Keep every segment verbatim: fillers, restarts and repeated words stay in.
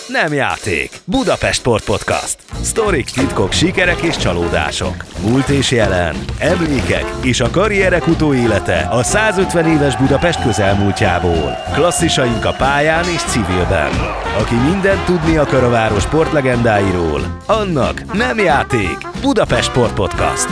Nem játék. Budapest Sport Podcast. Sztorik, titkok, sikerek és csalódások. Múlt és jelen. Emlékek és a karrierek utóélete a százötven éves Budapest közelmúltjából. Klasszisaink a pályán és civilben. Aki mindent tudni akar a város sportlegendáiról, annak nem játék. Budapest Sport Podcast.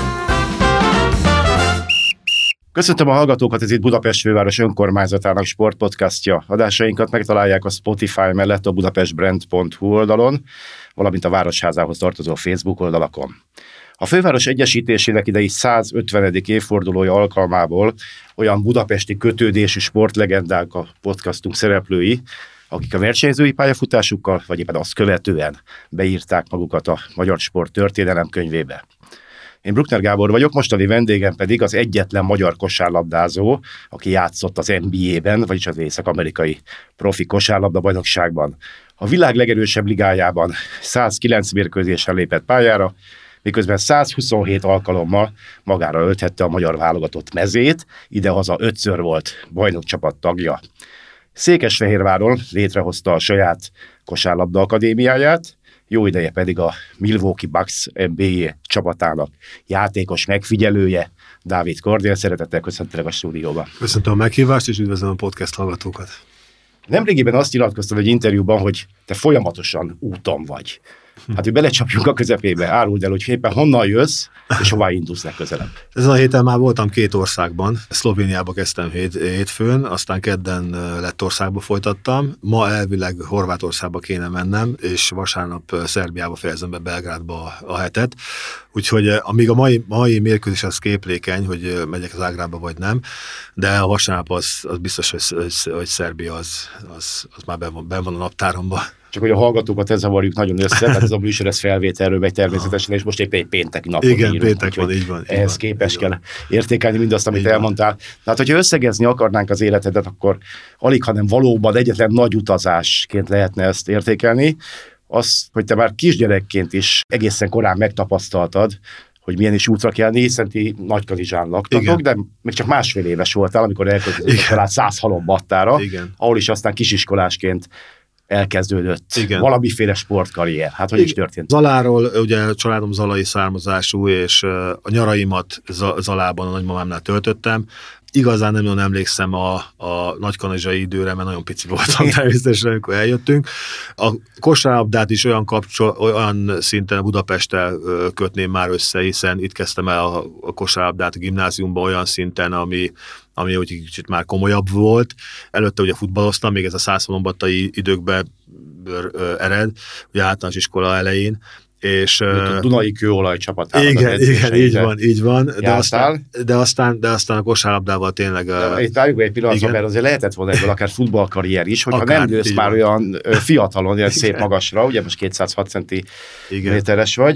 Köszöntöm a hallgatókat, ez itt Budapest főváros önkormányzatának sportpodcastja. Adásainkat megtalálják a Spotify mellett a budapestbrand pont hu oldalon, valamint a Városházához tartozó Facebook oldalakon. A főváros egyesítésének idei százötvenedik évfordulója alkalmából olyan budapesti kötődésű sportlegendák a podcastunk szereplői, akik a versenyzői pályafutásukkal, vagy éppen azt követően beírták magukat a magyar sport történelem könyvébe. Én Bruckner Gábor vagyok, mostani vendégem pedig az egyetlen magyar kosárlabdázó, aki játszott az en bé á-ben, vagyis az észak-amerikai profi kosárlabda bajnokságban. A világ legerősebb ligájában százkilenc mérkőzésen lépett pályára, miközben százhuszonhét alkalommal magára ölthette a magyar válogatott mezét, idehaza ötször volt bajnokcsapat tagja. Székesfehérváron létrehozta a saját kosárlabda akadémiáját, jó ideje pedig a Milwaukee Bucks en bé á csapatának játékos megfigyelője, Dávid Kordél. Szeretettel köszöntelek a stúdióban. Köszöntöm a meghívást, és üdvözlöm a podcast hallgatókat. Nemrégiben azt nyilatkoztad egy interjúban, hogy te folyamatosan úton vagy. Hát, hogy belecsapjunk a közepébe, áruld el, hogy éppen honnan jössz, és hová indulsz legközelebb. Ezen a héten már voltam két országban. Szlovéniába kezdtem hét, hétfőn, aztán kedden Lettországba folytattam. Ma elvileg Horvátországba kéne mennem, és vasárnap Szerbiába fejezem be, Belgrádba a hetet. Úgyhogy amíg a mai, mai mérkőzés az képlékeny, hogy megyek az Zágrába vagy nem, de a vasárnap az, az biztos, hogy, hogy Szerbia az, az, az már benn van, ben van a naptáromban. Csak hogy a hallgatókat ez zavarjuk nagyon össze, mert ez a műsor ez felvételről megy természetesen, és most éppen egy pénteki napon Igen, írunk. péntek van, így van. Ehhez van, képes kell értékelni mindazt, amit így elmondtál. Tehát, hogyha összegezni akarnánk az életedet, akkor alig, hanem valóban egyetlen nagy utazásként lehetne ezt értékelni. Az, hogy te már kisgyerekként is egészen korán megtapasztaltad, hogy milyen is útra kelni, hiszen ti Nagykanizsán laktatok, de még csak másfél éves voltál, amikor elköltözött a család Százhalombattára, ahol is aztán kisiskolásként elkezdődött Igen. valamiféle sportkarrier. Hát hogy Igen. is történt? Zaláról, ugye a családom zalai származású, és a nyaraimat Zalában a nagymamámnál töltöttem. Igazán nem nagyon emlékszem a, a nagykanizsai időre, mert nagyon pici voltam természetesen, amikor eljöttünk. A kosárlabdát is olyan, kapcsol, olyan szinten a Budapesttel kötném már össze, hiszen itt kezdtem el a, a kosárlabdát a gimnáziumban olyan szinten, ami, ami úgy kicsit már komolyabb volt. Előtte ugye futballoztam, még ez a százhalombattai időkben ered, ugye általános iskola elején, és a Dunai Kőolaj csapatának igen, igen, így van, így van, de aztán, aztán, de, aztán, de aztán a kosárlabdával tényleg... De, itt várjuk egy pillanatra, mert azért lehetett volna ebből akár futballkarrier is, hogyha akár, nem nősz már olyan fiatalon, ilyen szép magasra, ugye most kétszázhat centiméteres vagy.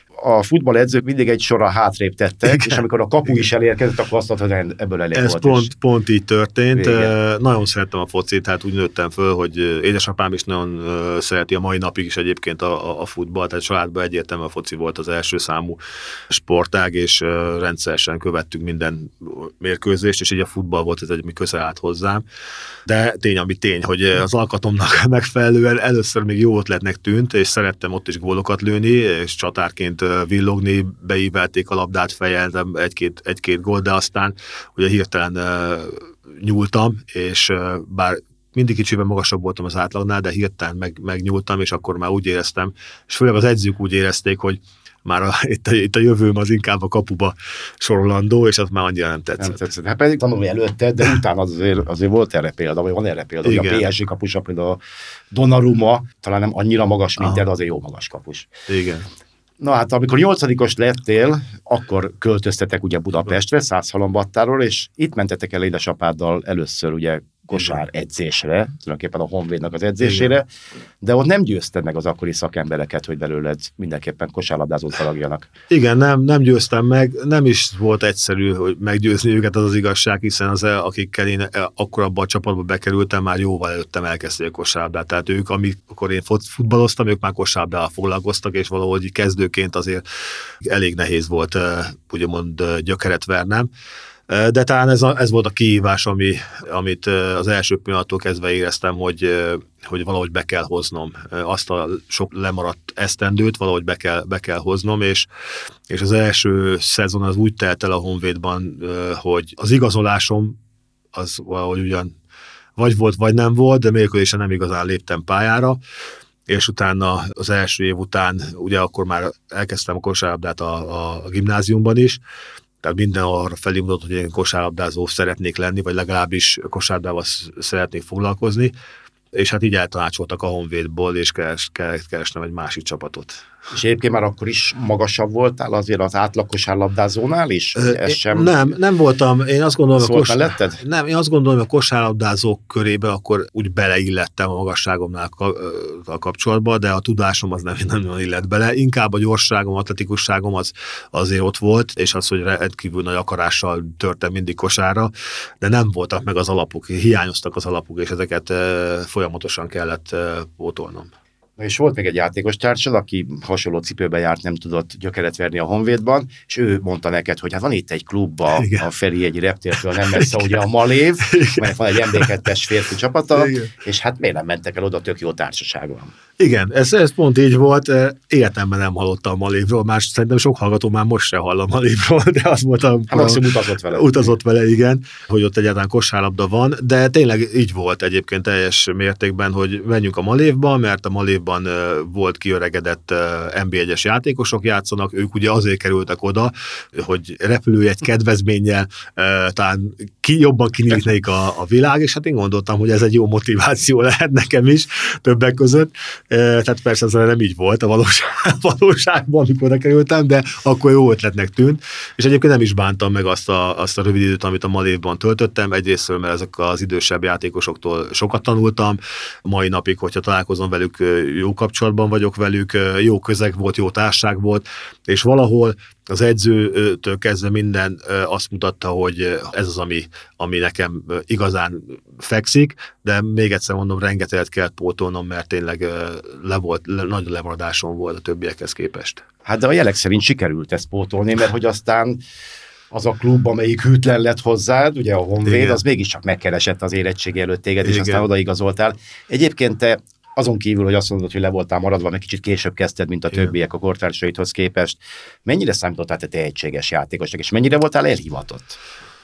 A futballedzők mindig egy sorra hátrébb tettek, Igen. és amikor a kapu is elérkezett, akkor azt mondta, hogy ebből elég Ez volt. pont, is. pont így történt. Uh, nagyon szerettem a focit, hát úgy nőttem föl, hogy édesapám is nagyon uh, szereti a mai napig is egyébként a, a, a futball, tehát családban egyértelműen a foci volt az első számú sportág, és uh, rendszeresen követtük minden mérkőzést, és így a futball volt ez egy, ami közel állt hozzám. De tény, ami tény, hogy az alkatomnak megfelelően először még jó ötletnek tűnt, és szerettem ott is gólokat lőni, és csatárként villogni, beívelték a labdát, fejeltem egy-két, egy-két gól, de aztán ugye hirtelen uh, nyúltam, és uh, bár mindig kicsivel magasabb voltam az átlagnál, de hirtelen meg, megnyúltam, és akkor már úgy éreztem, és főleg az edzők úgy érezték, hogy már a, itt, a, itt a jövőm az inkább a kapuba sorolandó, és az már annyira nem tetszett. Nem tetszett. Hát pedig tanulni előtte, de utána azért, azért volt erre példa, vagy van erre példa, hogy a pé es gé kapus, például a Donnarumma talán nem annyira magas, mint te, de azért jó magas kapus. Igen. Na hát, amikor nyolcadikos lettél, akkor költöztetek ugye Budapestre, Százhalombattáról, és itt mentetek el édesapáddal először ugye kosár edzésre, tulajdonképpen a Honvédnak az edzésére, Igen. de ott nem győzted meg az akkori szakembereket, hogy belőled mindenképpen kosárlabdázót faragjanak. Igen, nem, nem győztem meg, nem is volt egyszerű, hogy meggyőzni őket, az az igazság, hiszen az, akikkel én akkor abban a csapatba bekerültem, már jóval előttem elkezdték a kosárlabdát, tehát ők, amikor én futballoztam, ők már kosárlabdával foglalkoztak, és valahogy kezdőként azért elég nehéz volt úgymond gyökeret vernem. De talán ez, a, ez volt a kihívás, ami, amit az első pillanattól kezdve éreztem, hogy, hogy valahogy be kell hoznom. Azt a sok lemaradt esztendőt valahogy be kell, be kell hoznom, és, és az első szezon az úgy telt el a Honvédban, hogy az igazolásom az valahogy ugyan vagy volt, vagy nem volt, de mérkőzésen nem igazán léptem pályára, és utána az első év után, ugye akkor már elkezdtem a kosárlabdát a, a, a gimnáziumban is, tehát minden arra felé mutatott, hogy én kosárlabdázó szeretnék lenni, vagy legalábbis kosárlabdával szeretnék foglalkozni, és hát így eltanácsoltak a Honvédból, és keres, kellett keresnem egy másik csapatot. És egyébként már akkor is magasabb voltál azért az átlag kosárlabdázónál is? Ez sem... Nem, nem voltam. Én azt gondolom, szóval kos... letted? Nem, én azt gondolom, hogy a kosárlabdázók körébe akkor úgy beleillettem a magasságomnál a kapcsolatban, de a tudásom az nem nagyon illett bele. Inkább a gyorsságom, atletikusságom az azért ott volt, és az, hogy rendkívül nagy akarással törtem mindig kosárra, de nem voltak meg az alapok, hiányoztak az alapok, és ezeket folyamatosan kellett pótolnom. És volt még egy játékos társad, aki hasonló cipőbe járt, nem tudott gyökeret verni a Honvédban, és ő mondta neked, hogy hát van itt egy klubba, igen, a Feri egy reptértől nem messze, ugye a Malév, mert van egy em bé kettes férfi csapata, igen, és hát miért nem mentek el oda, tök jó társaság van. Igen, ez, ez pont így volt, életemben nem hallottam a Malévról, más szerintem sok hallgató már most se hall a Malévról, de az volt a... Hát maximum utazott vele. Utazott vele, igen, hogy ott egyáltalán kosárlabda van, de tényleg így volt egyébként teljes mértékben, hogy menjünk a Malévba, mert a Malévban volt kiöregedett en bé egyes játékosok játszanak, ők ugye azért kerültek oda, hogy repülőjegy kedvezménnyel talán ki, jobban kinyitnék a, a világ, és hát én gondoltam, hogy ez egy jó motiváció lehet nekem is többek között. Tehát persze ez nem így volt a valóság, valóságban, amikor kerültem, de akkor jó ötletnek tűnt, és egyébként nem is bántam meg azt a, azt a rövid időt, amit a Malévban töltöttem, egyrésztről, mert ezek az idősebb játékosoktól sokat tanultam, mai napig, hogyha találkozom velük, jó kapcsolatban vagyok velük, jó közeg volt, jó társaság volt, és valahol az edzőtől kezdve minden azt mutatta, hogy ez az, ami, ami nekem igazán fekszik, de még egyszer mondom, rengeteget kellett pótolnom, mert tényleg le volt, le, nagy lemaradásom volt a többiekhez képest. Hát de a jelek szerint sikerült ezt pótolni, mert hogy aztán az a klub, amelyik hűtlen lett hozzád, ugye a Honvéd, igen, az mégiscsak megkeresett az érettségi előtt téged, és igen, aztán odaigazoltál. Egyébként te azon kívül, hogy azt mondod, hogy le voltál maradva, meg kicsit később kezdted, mint a igen, többiek a kortársaidhoz képest, mennyire számítottál te tehetséges játékosnak, és mennyire voltál elhivatott?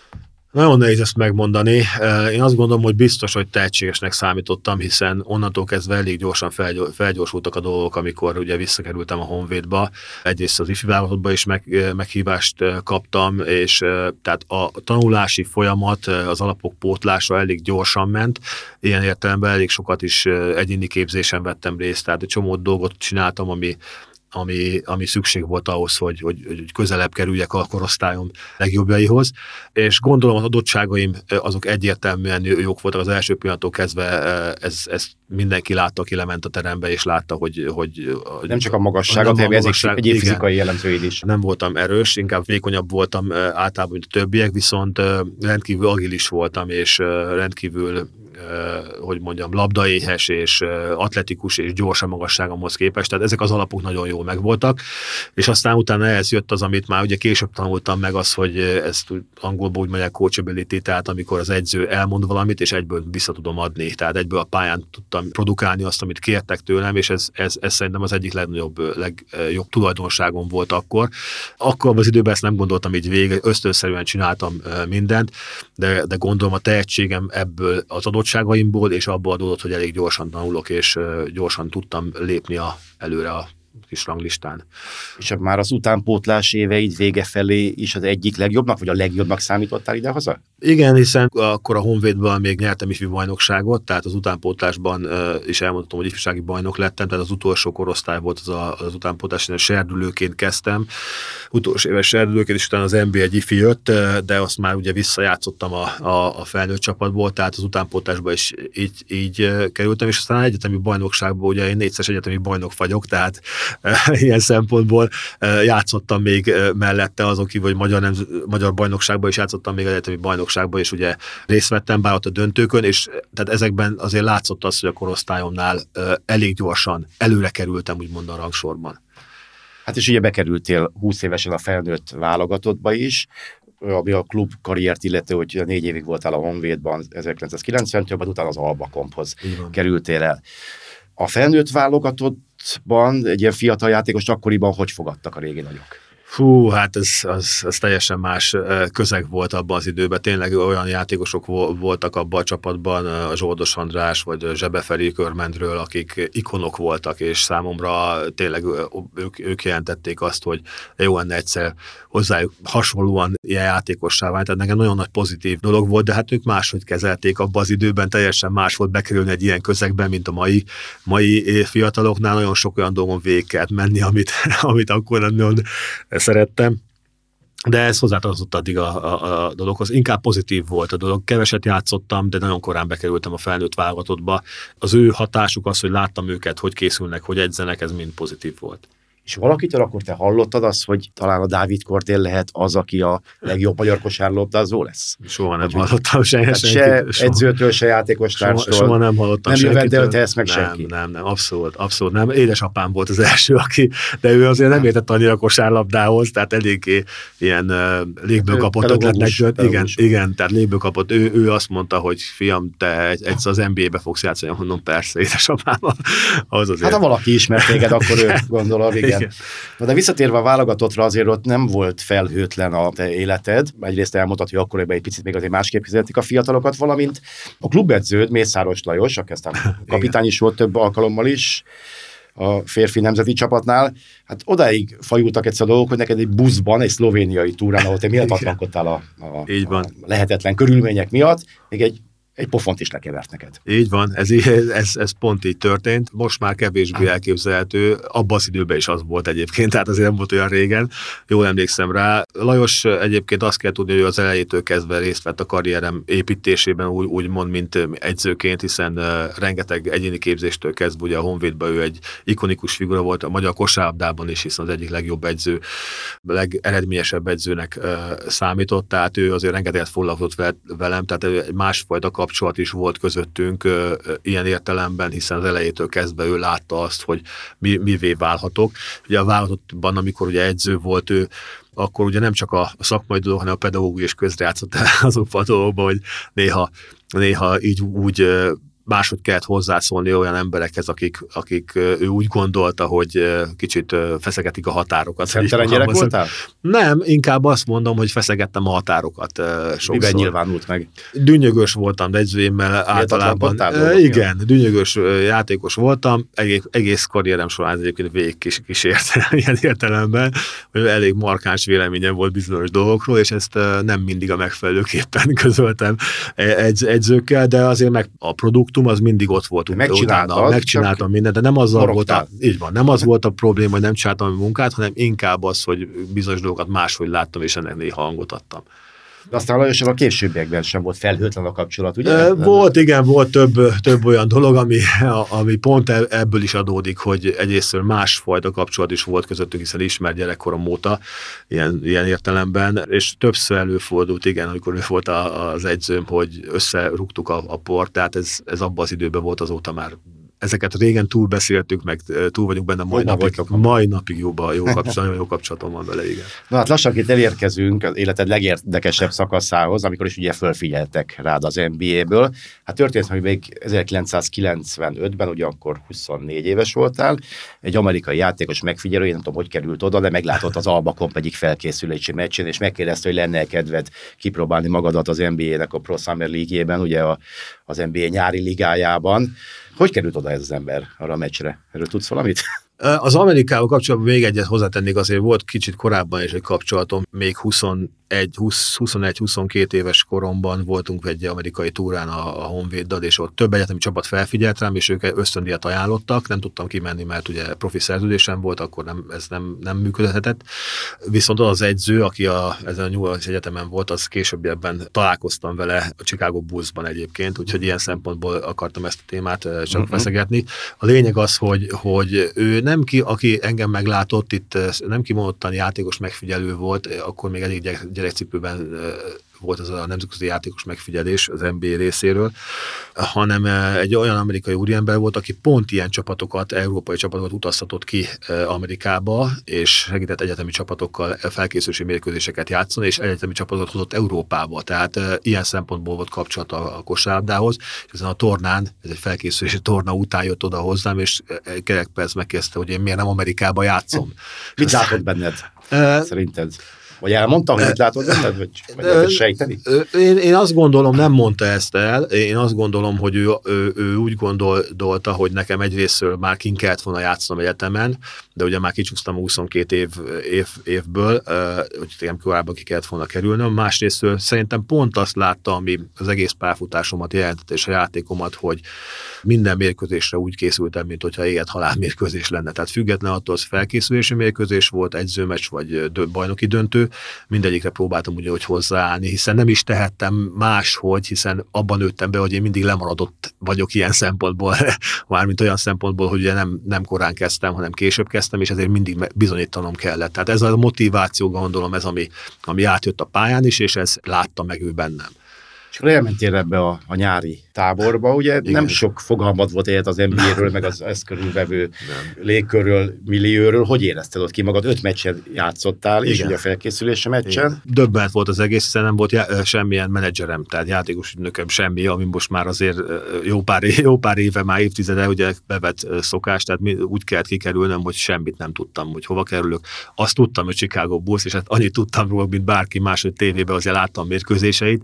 Nagyon nehéz ezt megmondani. Én azt gondolom, hogy biztos, hogy tehetségesnek számítottam, hiszen onnantól kezdve elég gyorsan felgyorsultak a dolgok, amikor ugye visszakerültem a Honvédba. Egyrészt az ifi vállalatba is meg, meghívást kaptam, és tehát a tanulási folyamat, az alapok pótlása elég gyorsan ment. Ilyen értelemben elég sokat is egyéni képzésen vettem részt, tehát egy csomó dolgot csináltam, ami Ami, ami szükség volt ahhoz, hogy, hogy, hogy közelebb kerüljek a korosztályom legjobbjaihoz, és gondolom az adottságaim azok egyértelműen jók voltak az első pillanattól kezdve, ez, ez mindenki látta, aki lement a terembe, és látta, hogy... hogy nem csak a magasságot, hanem magasság, egyéb fizikai jellemzőid is. Nem voltam erős, inkább vékonyabb voltam általában, mint a többiek, viszont rendkívül agilis voltam, és rendkívül hogy mondjam, labdaéhes és atletikus és gyors a magasságomhoz képest, tehát ezek az alapok nagyon jól megvoltak, és aztán utána ehhez jött az, amit már ugye később tanultam meg, az, hogy ezt angolból úgy mondják coachability, tehát amikor az edző elmond valamit, és egyből vissza tudom adni, tehát egyből a pályán tudtam produkálni azt, amit kértek tőlem, és ez, ez, ez szerintem az egyik legnagyobb, legjobb tulajdonságom volt akkor. Akkor az időben ezt nem gondoltam így végig, ösztönszerűen csináltam mindent, de, de gondolom a tehetségem ebből az adottságaimból, és abból adódott, hogy elég gyorsan tanulok, és gyorsan tudtam lépni a, előre a kis ranglistán. És már az utánpótlás éveid vége felé is az egyik legjobbnak, vagy a legjobbnak számítottál idehaza? Igen, hiszen akkor a Honvédban még nyertem ifjú bajnokságot, tehát az utánpótlásban uh, is elmondhatom, hogy ifjúsági bajnok lettem, tehát az utolsó korosztály volt az, a, az utánpótlás, én serdülőként kezdtem, utolsó éves serdülőként, és utána az en bé egy ifi jött, de azt már ugye visszajátszottam a, a, a felnőtt csapatból, tehát az utánpótlásba is így, így kerültem, és aztán egyetemi bajnokságban, ugye én négyszeres egyetemi bajnok vagyok, tehát ilyen szempontból játszottam még mellette, azon kívül, hogy magyar, nem, magyar bajnokságban is játszottam még egyetemi bajnokságban, és ugye részt vettem, bár ott a döntőkön, és tehát ezekben azért látszott az, hogy a korosztályomnál elég gyorsan előre kerültem, úgymond a rangsorban. Hát és ugye bekerültél húsz évesen a felnőtt válogatottba is, ami a klub karriert illető, hogy négy évig voltál a Honvédban ezerkilencszázkilencventől, utána az Alba Komphoz kerültél el. A felnőtt válogatottban egy ilyen fiatal játékos akkoriban hogy fogadtak a régi nagyok? Fú, hát ez, az, az teljesen más közeg volt abban az időben. Tényleg olyan játékosok voltak abban a csapatban, a Zsoldos András vagy Zsebeferi Körmendről, akik ikonok voltak, és számomra tényleg ők, ők jelentették azt, hogy jó lenne egyszer hozzájuk hasonlóan ilyen játékossá vált. Tehát nekem nagyon nagy pozitív dolog volt, de hát ők máshogy kezelték abban az időben, teljesen más volt bekerülni egy ilyen közegben, mint a mai, mai fiataloknál. Nagyon sok olyan dolgon végig kellett menni, amit, amit akkor nagyon szerettem, de ez hozzátartozott addig a, a, a dologhoz. Inkább pozitív volt a dolog. Keveset játszottam, de nagyon korán bekerültem a felnőtt válogatottba. Az ő hatásuk az, hogy láttam őket, hogy készülnek, hogy edzenek, ez mind pozitív volt. És valakitől akkor te hallottad azt, hogy talán a Dávid Kortél lehet az, aki a legjobb magyar kosárlabdázó lesz? Soha nem hogy hallottam senki. Se edzőtől, se játékostárstól. Soha, soha nem hallottam nem senkitől. Nem jövedeltehez meg nem, senki. Nem, nem, abszolút, abszolút nem. Édesapám volt az első, aki, de ő azért nem értett annyira a kosárlabdához, tehát eléggé ilyen uh, légből kapott ötletnek. Igen, igen, tehát légből kapott. Ő, ő azt mondta, hogy fiam, te egyszer az en bé á-be fogsz játszani, mondom, persze, édesapám. Az azért. Hát ha valaki ismert téged, akkor ő gondolom, igen. igen. Na de visszatérve a válogatottra, azért ott nem volt felhőtlen a te életed. Egyrészt elmondtad, hogy akkoriban egy picit még azért másképp fizetik a fiatalokat, valamint a klubedződ, Mészáros Lajos, aki aztán kapitány is volt több alkalommal is a férfi nemzeti csapatnál. Hát odáig fajultak egyszer a dolgok, hogy neked egy buszban, egy szlovéniai túrán, ahol te méltatlankodtál a, a, a lehetetlen körülmények miatt, még egy egy pofont is lekevert neked. Így van, ez, ez, ez pont így történt. Most már kevésbé elképzelhető, abban az időben is az volt egyébként, tehát azért nem volt olyan régen, jól emlékszem rá. Lajos egyébként azt kell tudni, hogy az elejétől kezdve részt vett a karrierem építésében, úgy, úgymond, mint egyzőként, hiszen uh, rengeteg egyéni képzéstől kezdve, ugye a Honvédben ő egy ikonikus figura volt, a magyar kosárlabdában is, hiszen az egyik legjobb edző, legeredményesebb edzőnek uh, számított, tehát ő azért rengeteget foglalkozott velem, tehát egy másfajta kapcsolat is volt közöttünk ö, ilyen értelemben, hiszen az elejétől kezdve ő látta azt, hogy mi, mivé válhatok. Ugye a válogatottban, amikor ugye edző volt ő, akkor ugye nem csak a szakmai dolog, hanem a pedagógus is közrejátszott azokban a dolgokban, hogy néha, néha így úgy máshogy kellett hozzászólni olyan emberekhez, akik, akik ő úgy gondolta, hogy kicsit feszegetik a határokat. Szentelen gyerek voltál? Nem, inkább azt mondom, hogy feszegettem a határokat sokszor. Miben nyilvánult meg? Dünnyögös voltam, de edzőimmel általában. E, igen, dünnyögös játékos voltam, egész, egész karrierem során egyébként végig kis, kísért ilyen értelemben, hogy elég markáns véleményem volt bizonyos dolgokról, és ezt nem mindig a megfelelőképpen közöltem edz, edzőkkel, de azért meg a produkt az mindig ott volt. Megcsináltad, megcsináltam mindent, de nem azzal volt a, így van, nem az volt a probléma, hogy nem csináltam a munkát, hanem inkább az, hogy bizonyos dolgokat máshogy láttam, és ennek néha hangot adtam. De aztán Lajossal a későbbiekben sem volt felhőtlen a kapcsolat, ugye? E, volt, igen, volt több, több olyan dolog, ami, ami pont ebből is adódik, hogy egyrészt másfajta kapcsolat is volt közöttünk, hiszen ismert gyerekkorom óta, ilyen, ilyen értelemben, és többször előfordult, igen, amikor ő volt az edzőm, hogy összerúgtuk a, a port, tehát ez, ez abban az időben volt, azóta már ezeket régen túlbeszéltük, meg túl vagyunk benne, mai napig, mai napig jóba, jó, kapcsolat, jó kapcsolatom van vele, igen. Na hát lassanként elérkezünk az életed legérdekesebb szakaszához, amikor is ugye fölfigyeltek rád az en bé á-ből. Hát történt, hogy még ezerkilencszázkilencvenötben, ugye akkor huszonnégy éves voltál, egy amerikai játékos megfigyelő, én nem tudom, hogy került oda, de meglátott az Alba Comp egyik felkészülési meccsén, és megkérdezte, hogy lenne kedved kipróbálni magadat az en bé á-nek a Pro Summer League-jében, ugye a, az en bé á nyári ligájában. Hogy került oda ez az ember arra a meccsre? Erről tudsz valamit? Az Amerikával kapcsolatban még egyet hozzátennék, azért volt kicsit korábban is egy kapcsolatom, még huszonegy-huszonkettő éves koromban voltunk egy amerikai túrán a, a Honvéddal, és ott több egyetemi csapat felfigyelt rám, és ők ösztöndíjat ajánlottak, nem tudtam kimenni, mert ugye profi szerződésem volt, akkor nem, ez nem, nem működhetett. Viszont az edző, aki a, ezen a New York egyetemen volt, az későbbiekben találkoztam vele a Chicago Bulls-ban egyébként, úgyhogy ilyen szempontból akartam ezt a témát csak uh-huh. feszegetni. A lényeg az, hogy, hogy ő nem ki, aki engem meglátott, itt nem kimondottan játékos megfigyelő volt, akkor még elég gyerekcipőben volt ez a nemzetközi játékos megfigyelés az en bé á részéről, hanem egy olyan amerikai úriember volt, aki pont ilyen csapatokat, európai csapatokat utaztatott ki Amerikába, és segített egyetemi csapatokkal felkészülési mérkőzéseket játszani, és egyetemi csapatokat hozott Európába. Tehát ilyen szempontból volt kapcsolat a, a kosárlabdához, és ezen a tornán, ez egy felkészülési torna után jött oda hozzám, és kerekperc megkezdte, hogy én miért nem Amerikába játszom. Mit látott benned, szerinted? Vagy elmondta, hogy mit látod benned, vagy, vagy lehet sejteni? Én, én azt gondolom, nem mondta ezt el, én azt gondolom, hogy ő, ő, ő úgy gondolta, hogy nekem egyrésztről már kint kellett volna játszanom egyetemen, de ugye már kicsúsztam huszonkét év, év, évből, hogy nekem korábban ki kellett volna kerülnöm. Másrésztről szerintem pont azt látta, ami az egész pályafutásomat jelentett, és a játékomat, hogy minden mérkőzésre úgy készültem, mint hogyha éget-halál mérkőzés lenne. Tehát független attól, az felkészülési mérkőzés volt, edzőmeccs vagy bajnoki döntő, mindegyikre próbáltam ugye, hogy hozzáállni, hiszen nem is tehettem máshogy, hiszen abban nőttem be, hogy én mindig lemaradott vagyok ilyen szempontból, mármint olyan szempontból, hogy ugye nem, nem korán kezdtem, hanem később kezdtem, és ezért mindig bizonyítanom kellett. Tehát ez a motiváció, gondolom, ez, ami, ami átjött a pályán is, és ez látta meg ő bennem. És akkor elmentél ebbe a, a nyári táborba, ugye igen. Nem sok fogalmad volt élet az en bé á-ről, meg az ezt körülvevő nem. légkörről, millióről. Hogy érezted ott ki magad? Öt meccsen játszottál, igen. és ugye a felkészülési meccsen. Igen. Döbbent volt az egész, hiszen nem volt já- semmilyen menedzserem, tehát játékos ügynököm semmi, ami most már azért jó pár, jó pár éve, már évtizede ugye bevett szokás, tehát úgy kellett kikerülnöm, hogy semmit nem tudtam, hogy hova kerülök. Azt tudtam, hogy Chicago Bulls, és hát annyit tudtam róla, mint bárki más, hogy tévében azért láttam mérkőzéseit,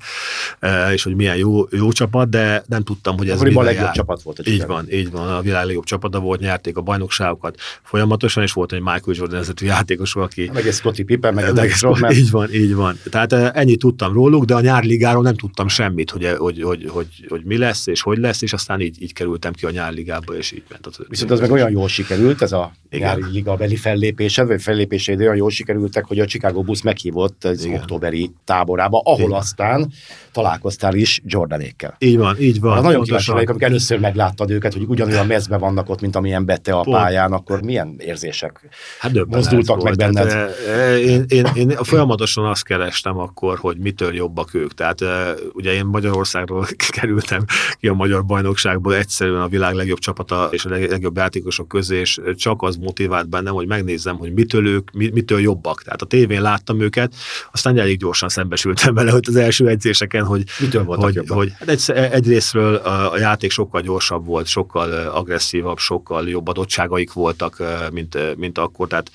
és hogy milyen jó, jó csapat, de nem tudtam, hogy ez mivel a legjobb jár. Csapat volt. A így van, így van, a világ legjobb csapata volt, nyerték a bajnokságokat folyamatosan, és volt egy Michael Jordan vezető játékos, aki... Meg egy Scottie Pippen, meg egy Rodman. Így van, így van. Tehát ennyit tudtam róluk, de a nyárligáról nem tudtam semmit, hogy, hogy, hogy, hogy, hogy mi lesz, és hogy lesz, és aztán így, így kerültem ki a nyárligába, és így ment. Az Viszont az meg olyan jól sikerült, ez a igen. nyári liga beli fellépésed, vagy fellépéseid olyan jól sikerültek, hogy a Chicago Bulls meghívott az igen. októberi táborába, ahol igen. aztán találkoztál is Jordanékkel. Így van, így van. Hát nagyon kíváncsi vagyok, amikor először megláttad őket, hogy ugyanolyan mezben vannak ott, mint amilyen Bette a pályán, akkor milyen érzések hát mozdultak meg benned? Hát, én, én, én folyamatosan azt kerestem akkor, hogy mitől jobbak ők. Tehát ugye én Magyarországról kerültem ki a magyar bajnokságból, egyszerűen a világ legjobb csapata és a legjobb játékosok közé, és csak az motivált bennem, hogy megnézzem, hogy mitől ők, mitől jobbak. Tehát a tévén láttam őket, aztán elég gyorsan szembesültem vele, hogy az első edzéseken, hogy, hogy, hogy hát egy, egyrésztről a játék sokkal gyorsabb volt, sokkal agresszívabb, sokkal jobb adottságaik voltak, mint, mint akkor, tehát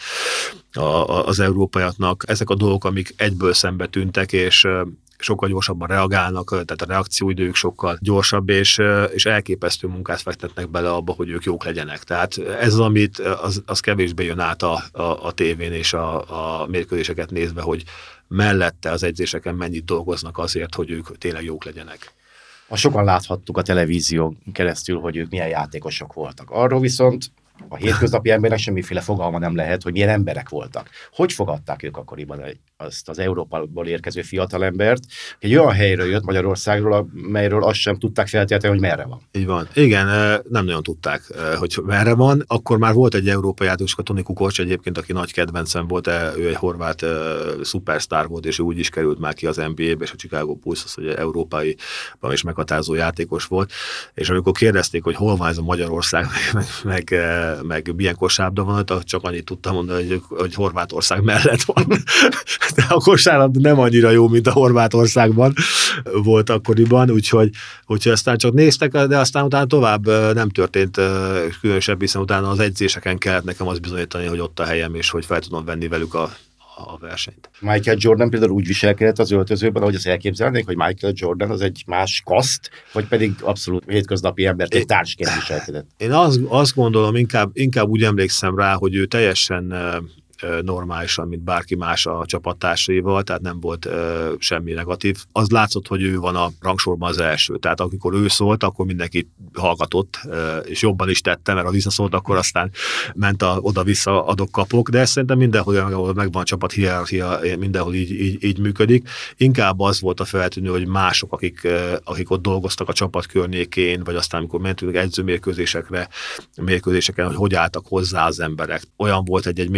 az európaiaknak ezek a dolgok, amik egyből szembe tűntek, és sokkal gyorsabban reagálnak, tehát a reakcióidők sokkal gyorsabb, és, és elképesztő munkát fektetnek bele abba, hogy ők jók legyenek. Tehát ez az, amit az, az kevésbé jön át a, a, a tévén és a, a mérkőzéseket nézve, hogy mellette az edzéseken mennyit dolgoznak azért, hogy ők tényleg jók legyenek. A sokan láthattuk a televízión keresztül, hogy ők milyen játékosok voltak. Arról viszont a hétköznapi embernek semmiféle fogalma nem lehet, hogy milyen emberek voltak. Hogy fogadták ők akkoriban azt az Európából érkező fiatalembert, egy olyan helyről jött Magyarországról, amelyről azt sem tudták feltétlenül, hogy merre van. Így van. Igen, nem nagyon tudták, hogy merre van. Akkor már volt egy európai játékos, a Toni Kukoc egyébként, aki nagy kedvencem volt, ő egy horvát uh, szupersztár volt, és ő úgy is került már ki az en bé á-be, és a Chicago Bulls, az, hogy európai és meghatározó játékos volt. És amikor kérdezték, hogy hol van ez a Magyarország, meg, meg, meg milyen kosárlabda van, csak annyit tudtam mondani, hogy, hogy Horvátország mellett van. De a kosárlabda nem annyira jó, mint a Horvátországban volt akkoriban, úgyhogy, úgyhogy aztán csak néztek, de aztán utána tovább nem történt különösebb, hiszen utána az edzéseken kellett nekem azt bizonyítani, hogy ott a helyem, és hogy fel tudom venni velük a a versenyt. Michael Jordan például úgy viselkedett az öltözőben, ahogy azt elképzelnék, hogy Michael Jordan az egy más kaszt, vagy pedig abszolút hétköznapi embert, egy társként viselkedett. Én azt, azt gondolom, inkább, inkább úgy emlékszem rá, hogy ő teljesen normálisan, mint bárki más a csapattársaival, tehát nem volt ö, semmi negatív. Az látszott, hogy ő van a rangsorban az első, tehát amikor ő szólt, akkor mindenki hallgatott, ö, és jobban is tette, mert ha visszaszólt, akkor aztán ment a oda-vissza adok-kapok, de szerintem mindenhol, ahol megvan a csapat hierarchia, mindenhol így, így, így működik. Inkább az volt a feltűnő, hogy mások, akik, ö, akik ott dolgoztak a csapat környékén, vagy aztán, amikor mentünk edzőmérkőzésekre, mérkőzéseken, hogy hogy álltak hozzá az emberek. Olyan volt egy-egy mérkőzés,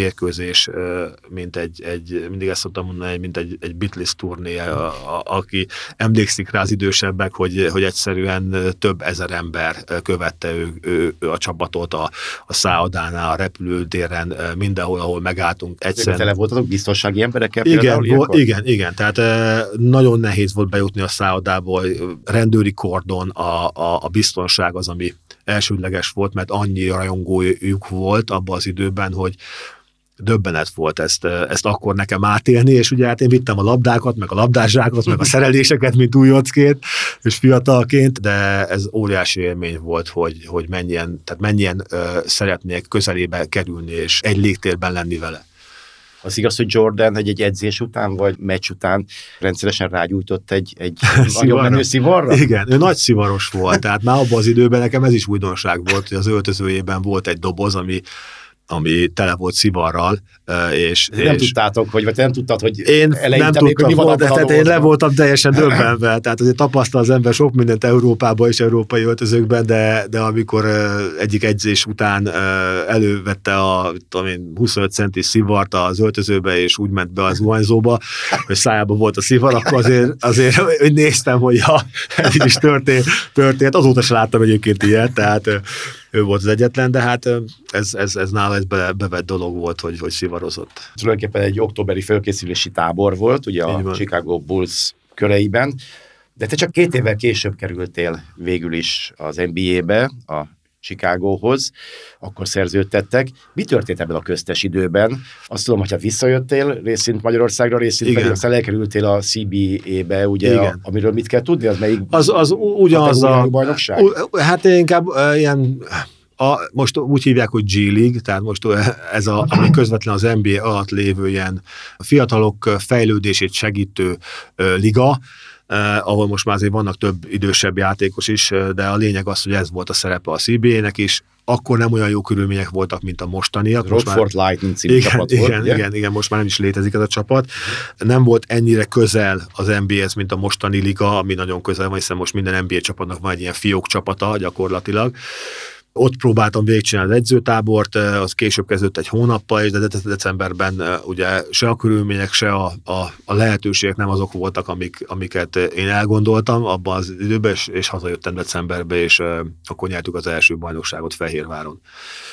és mint egy, egy mindig ezt szoktam mondani, mint egy, egy Beatles turné, a, a, aki emlékszik rá az idősebbek, hogy, hogy egyszerűen több ezer ember követte ő, ő, ő a csapatot a, a szállodánál, a repülőtéren, mindenhol, ahol megálltunk. Egyszerűen... Tele voltatok biztonsági emberekkel? Igen, vo- igen, igen, tehát e, nagyon nehéz volt bejutni a szállodából, rendőri kordon, a, a, a biztonság az, ami elsődleges volt, mert annyi rajongójuk volt abban az időben, hogy döbbenet volt ezt, ezt akkor nekem átélni, és ugye hát én vittem a labdákat, meg a labdázsákat, meg a szereléseket, mint újoncként, és fiatalként, de ez óriási élmény volt, hogy, hogy mennyien, tehát mennyien uh, szeretnék közelébe kerülni, és egy légtérben lenni vele. Az igaz, hogy Jordan egy, egy edzés után, vagy meccs után rendszeresen rágyújtott egy, egy nagyon menő szivarra? Igen, ő nagy szivaros volt, tehát már abban az időben nekem ez is újdonság volt, hogy az öltözőjében volt egy doboz, ami ami tele volt szivarral, és... Nem és tudtátok, hogy, vagy nem tudtad, hogy én nem tudtam, volt, tehát én le voltam teljesen döbbenve, tehát azért tapasztal az ember sok mindent Európában és európai öltözőkben, de, de amikor egyik edzés után elővette a tudom én, huszonöt centis szivart az öltözőbe, és úgy ment be az zuhanyzóba, hogy szájában volt a szivar, akkor azért, azért hogy néztem, hogy ja, ez is történt, történt. Azóta sem láttam egyébként ilyet, tehát ő volt az egyetlen, de hát ez, ez, ez nála ez be, bevett dolog volt, hogy, hogy szivarozott. Tulajdonképpen egy októberi fölkészülési tábor volt, ugye Így a van. Chicago Bulls köreiben, de te csak két évvel később kerültél végül is az en bé á-be, a Chicagóhoz, akkor szerződtettek. Mi történt ebben a köztes időben? Azt tudom, hogyha visszajöttél részint Magyarországra, részint pedig aztán elkerültél a cé bé á-be, ugye, a, amiről mit kell tudni? Az melyik az, az ugyanaz a bajnokság? Hát inkább uh, ilyen... A, most úgy hívják, hogy G League, tehát most ez a, ami közvetlen az en bé á alatt lévő ilyen fiatalok fejlődését segítő uh, liga, Uh, ahol most már azért vannak több idősebb játékos is, uh, de a lényeg az, hogy ez volt a szerepe a cé bé á-nek is. Akkor nem olyan jó körülmények voltak, mint a mostaniak. Rockford már... Lightning című igen, csapat igen, volt. Igen, igen, igen, most már nem is létezik ez a csapat. Nem volt ennyire közel az en bé á-hez, mint a mostani liga, ami nagyon közel van, hiszen most minden en bé á csapatnak van egy ilyen fiók csapata gyakorlatilag. Ott próbáltam végigcsinálni az edzőtábort, az később kezdődött egy hónappal, és de decemberben ugye se a körülmények, se a, a, a lehetőségek nem azok voltak, amik, amiket én elgondoltam abban az időben, és, és hazajöttem decemberbe, és uh, akkor nyertük az első bajnokságot Fehérváron.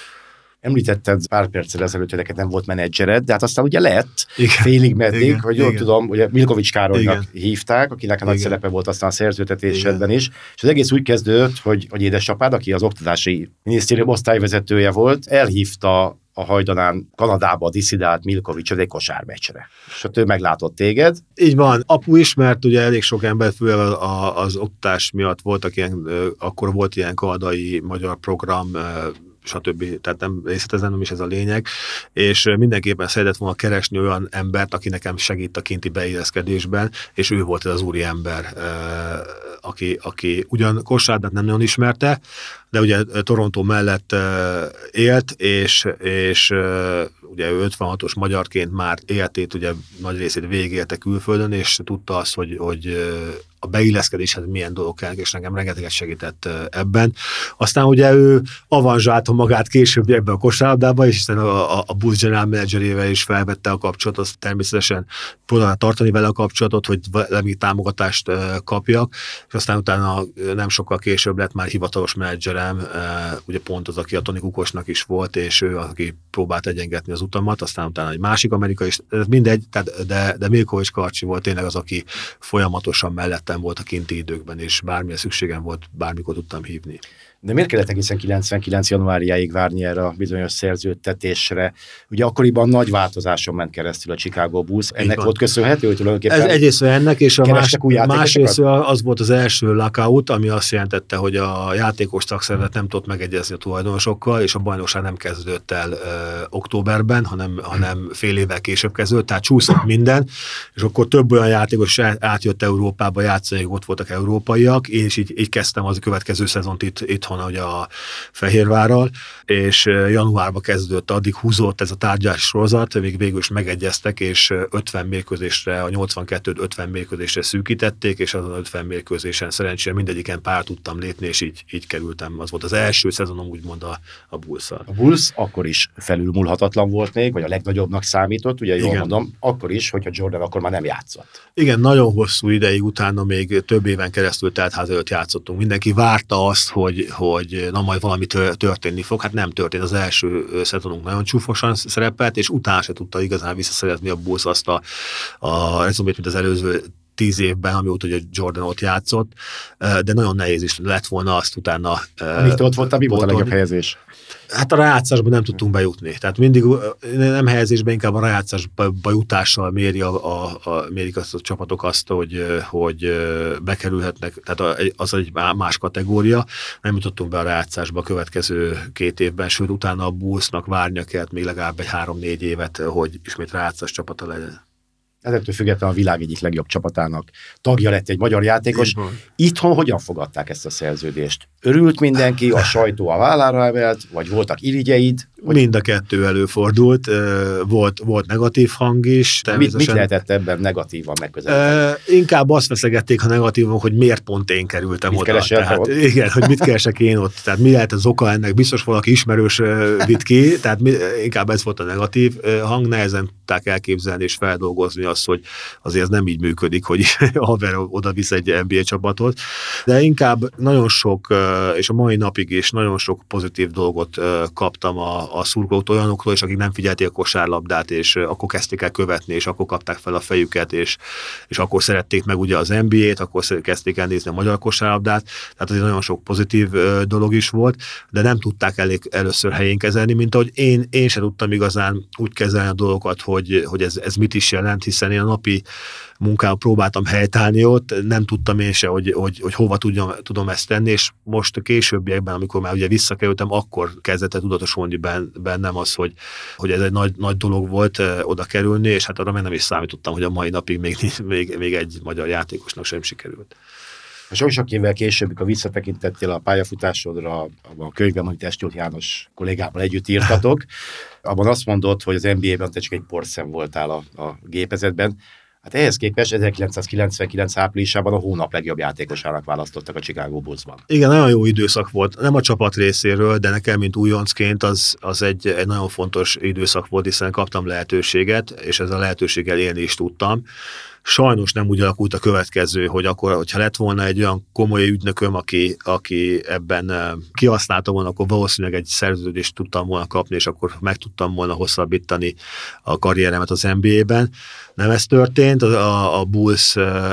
Említetted pár perccel ezelőtt, hogy neked nem volt menedzsered, de hát aztán ugye lett igen, félig meddig, igen, hogy jól igen. tudom, ugye Milkovics Károlynak igen. hívták, akinek a nagy igen. szerepe volt aztán a szerződtetésedben is, és az egész úgy kezdődött, hogy, hogy édesapád, aki az oktatási minisztérium osztályvezetője volt, elhívta a hajdanán Kanadába diszidált Milkovicsot egy kosármeccsre. És ott ő meglátott téged. Így van. Apu is, mert ugye elég sok ember, főleg az oktatás miatt voltak ilyen, akkor volt ilyen kanadai magyar program, stb. Tehát nem részletezem, nem is ez a lényeg, és mindenképpen szeretett volna keresni olyan embert, aki nekem segít a kinti beilleszkedésben, és ő volt ez az úri ember, aki, aki ugyan kosárlabdát nem nagyon ismerte, de ugye Toronto mellett élt, és, és ugye ő ötvenhatos magyarként már életét, ugye nagy részét végélte külföldön, és tudta azt, hogy, hogy a beilleszkedéshez milyen dolgok kell, és nekem rengeteget segített ebben. Aztán ugye ő avanzsálta magát később ebbe a kosárlabdába, és hiszen a, a, a Bulls general managerével is felvette a kapcsolatot, azt természetesen próbálta tartani vele a kapcsolatot, hogy valami támogatást kapjak, és aztán utána nem sokkal később lett már hivatalos menedzserem, ugye pont az, aki a Toni Kukosnak is volt, és ő, aki próbált egyengetni az utamat, aztán utána egy másik amerikai, is, mindegy, tehát, de, de Milkovics Karcsi volt tényleg az, aki folyamatosan mellettem volt a kinti időkben, és bármilyen szükségem volt, bármikor tudtam hívni. De miért kellett egészen kilencvenkilenc januárjáig várni erre a bizonyos szerződtetésre? Ugye akkoriban nagy változáson ment keresztül a Chicago Bulls. Ennek volt köszönhető, hogy tulajdonképpen... Ez egyrészt ennek, és a más, másrészt az, az volt az első lockout, ami azt jelentette, hogy a játékos szakszervezet nem tudott megegyezni a tulajdonosokkal, és a bajnokság nem kezdődött el ö, októberben, hanem, hanem fél évvel később kezdődött, tehát csúszott minden, és akkor több olyan játékos átjött Európába játszani, ott voltak európaiak, én is így, így kezdtem az a következő szezont itt, itthon volna ugye a Fehérvárral, és januárban kezdődött, addig húzott ez a tárgyalási sorozat, végig végül is megegyeztek, és ötven mérkőzésre, a nyolcvankettőt ötven mérkőzésre szűkítették, és azon ötven mérkőzésen szerencsére mindegyiken pár tudtam lépni, és így, így kerültem. Az volt az első szezonom, úgymond a, a Bulls-szal. A Bulls akkor is felülmúlhatatlan volt még, vagy a legnagyobbnak számított, ugye jól Igen. mondom, akkor is, hogyha Jordan akkor már nem játszott. Igen, nagyon hosszú ideig utána még több éven keresztül teltház előtt játszottunk. Mindenki várta azt, hogy, hogy na majd valami történni fog. Hát nem történt. Az első szezonunk nagyon csúfosan szerepelt, és utána se tudta igazán visszaszerezni a Bulls azt a, a rezumét, mint az előző tíz évben, amióta ugye Jordan ott játszott, de nagyon nehéz is lett volna azt utána. Amikor ott volt, mi volt a legjobb helyezés? Hát a rájátszásban nem tudtunk bejutni. Tehát mindig nem helyezésben, inkább a rájátszásba jutással méri a, a, a, mérik azt a csapatok azt, hogy, hogy bekerülhetnek, tehát az egy más kategória. Nem jutottunk be a rájátszásba a következő két évben, sőt utána a Bullsnak várnia kellett még legalább egy három-négy évet, hogy ismét rájátszás csapata legyen. Ezettől függetlenül a világ egyik legjobb csapatának tagja lett egy magyar játékos. Itthon hogyan fogadták ezt a szerződést? Örült mindenki, a sajtó a vállára emelt, vagy voltak irigyeid? Vagy... Mind a kettő előfordult, volt, volt negatív hang is. Mit, mit lehetett ebben negatívan megközelíteni? Uh, inkább azt feszegették a negatívan, hogy miért pont én kerültem mit oda. Tehát, ott? Igen, hogy mit keresek én ott. Tehát mi lehet az oka ennek, biztos valaki ismerős uh, vitt ki, tehát mi, inkább ez volt a negatív uh, hang, nehezen tudták elképzelni és feldolgozni azt, hogy azért ez nem így működik, hogy a haver oda visz egy en bé á csapatot, de inkább nagyon sok, uh, és a mai napig is nagyon sok pozitív dolgot uh, kaptam a a szurkolóktól, olyanoktól, és akik nem figyelték a kosárlabdát, és akkor kezdték el követni, és akkor kapták fel a fejüket, és, és akkor szerették meg ugye az en bé á-t, akkor kezdték el nézni a magyar kosárlabdát, tehát azért nagyon sok pozitív dolog is volt, de nem tudták elég először helyén kezelni, mint ahogy én, én sem tudtam igazán úgy kezelni a dolgokat, hogy, hogy ez, ez mit is jelent, hiszen én a napi munkában próbáltam helytállni ott, nem tudtam én se, hogy, hogy, hogy hova tudjam, tudom ezt tenni, és most a későbbiekben, amikor már ugye visszakerültem, akkor kezdett el tudatosulni bennem az, hogy, hogy ez egy nagy, nagy dolog volt oda kerülni, és hát arra meg nem is számítottam, hogy a mai napig még, még, még egy magyar játékosnak sem sikerült. Sok-sok évvel később, amikor visszatekintettél a pályafutásodra, abban a könyvben, amit Estiót János kollégával együtt írtatok, abban azt mondod, hogy az en bé á-ben te csak egy porszem voltál a, a gépezetben. Hát ehhez képest ezerkilencszázkilencvenkilenc áprilisában a hónap legjobb játékosának választottak a Chicago Bullsban. Igen, nagyon jó időszak volt. Nem a csapat részéről, de nekem, mint újoncként, az, az egy, egy nagyon fontos időszak volt, hiszen kaptam lehetőséget, és ezzel a lehetőséggel élni is tudtam. Sajnos nem úgy alakult a következő, hogy akkor, hogyha lett volna egy olyan komoly ügynököm, aki, aki ebben kihasználta volna, akkor valószínűleg egy szerződést tudtam volna kapni, és akkor meg tudtam volna hosszabbítani a karrieremet az en bé á-ben. Nem ez történt, a, a Bulls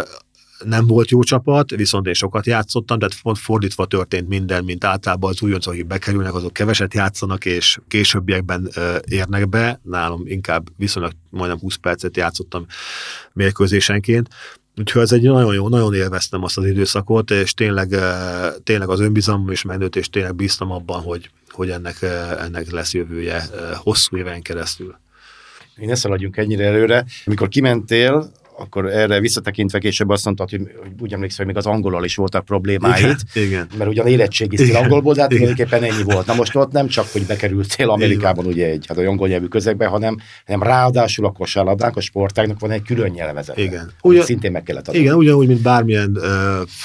nem volt jó csapat, viszont én sokat játszottam, tehát pont fordítva történt minden, mint általában az újoncok, akik bekerülnek, azok keveset játszanak, és későbbiekben uh, érnek be. Nálam inkább viszonylag majdnem húsz percet játszottam mérkőzésenként. Úgyhogy ez egy nagyon jó, nagyon élveztem azt az időszakot, és tényleg, uh, tényleg az önbizalmam is megnőtt, és tényleg bíztam abban, hogy, hogy ennek, uh, ennek lesz jövője uh, hosszú éven keresztül. Én ne szaladjunk ennyire előre. Amikor kimentél, akkor erre visszatekintve később azt mondtad, hogy úgy emlékszem, hogy még az angolal is voltak problémáid, igen, igen. Mert ugyan érettségiztél angolból, de hát tulajdonképpen ennyi volt. Na most ott nem csak, hogy bekerültél Amerikában ugye egy hát, angol nyelvű közegbe, hanem, hanem ráadásul a kosárlabdának, a sportágnak van egy külön nyelvezete. Igen. Ugyan, szintén meg kellett adni. Igen, ugyanúgy, mint bármilyen uh,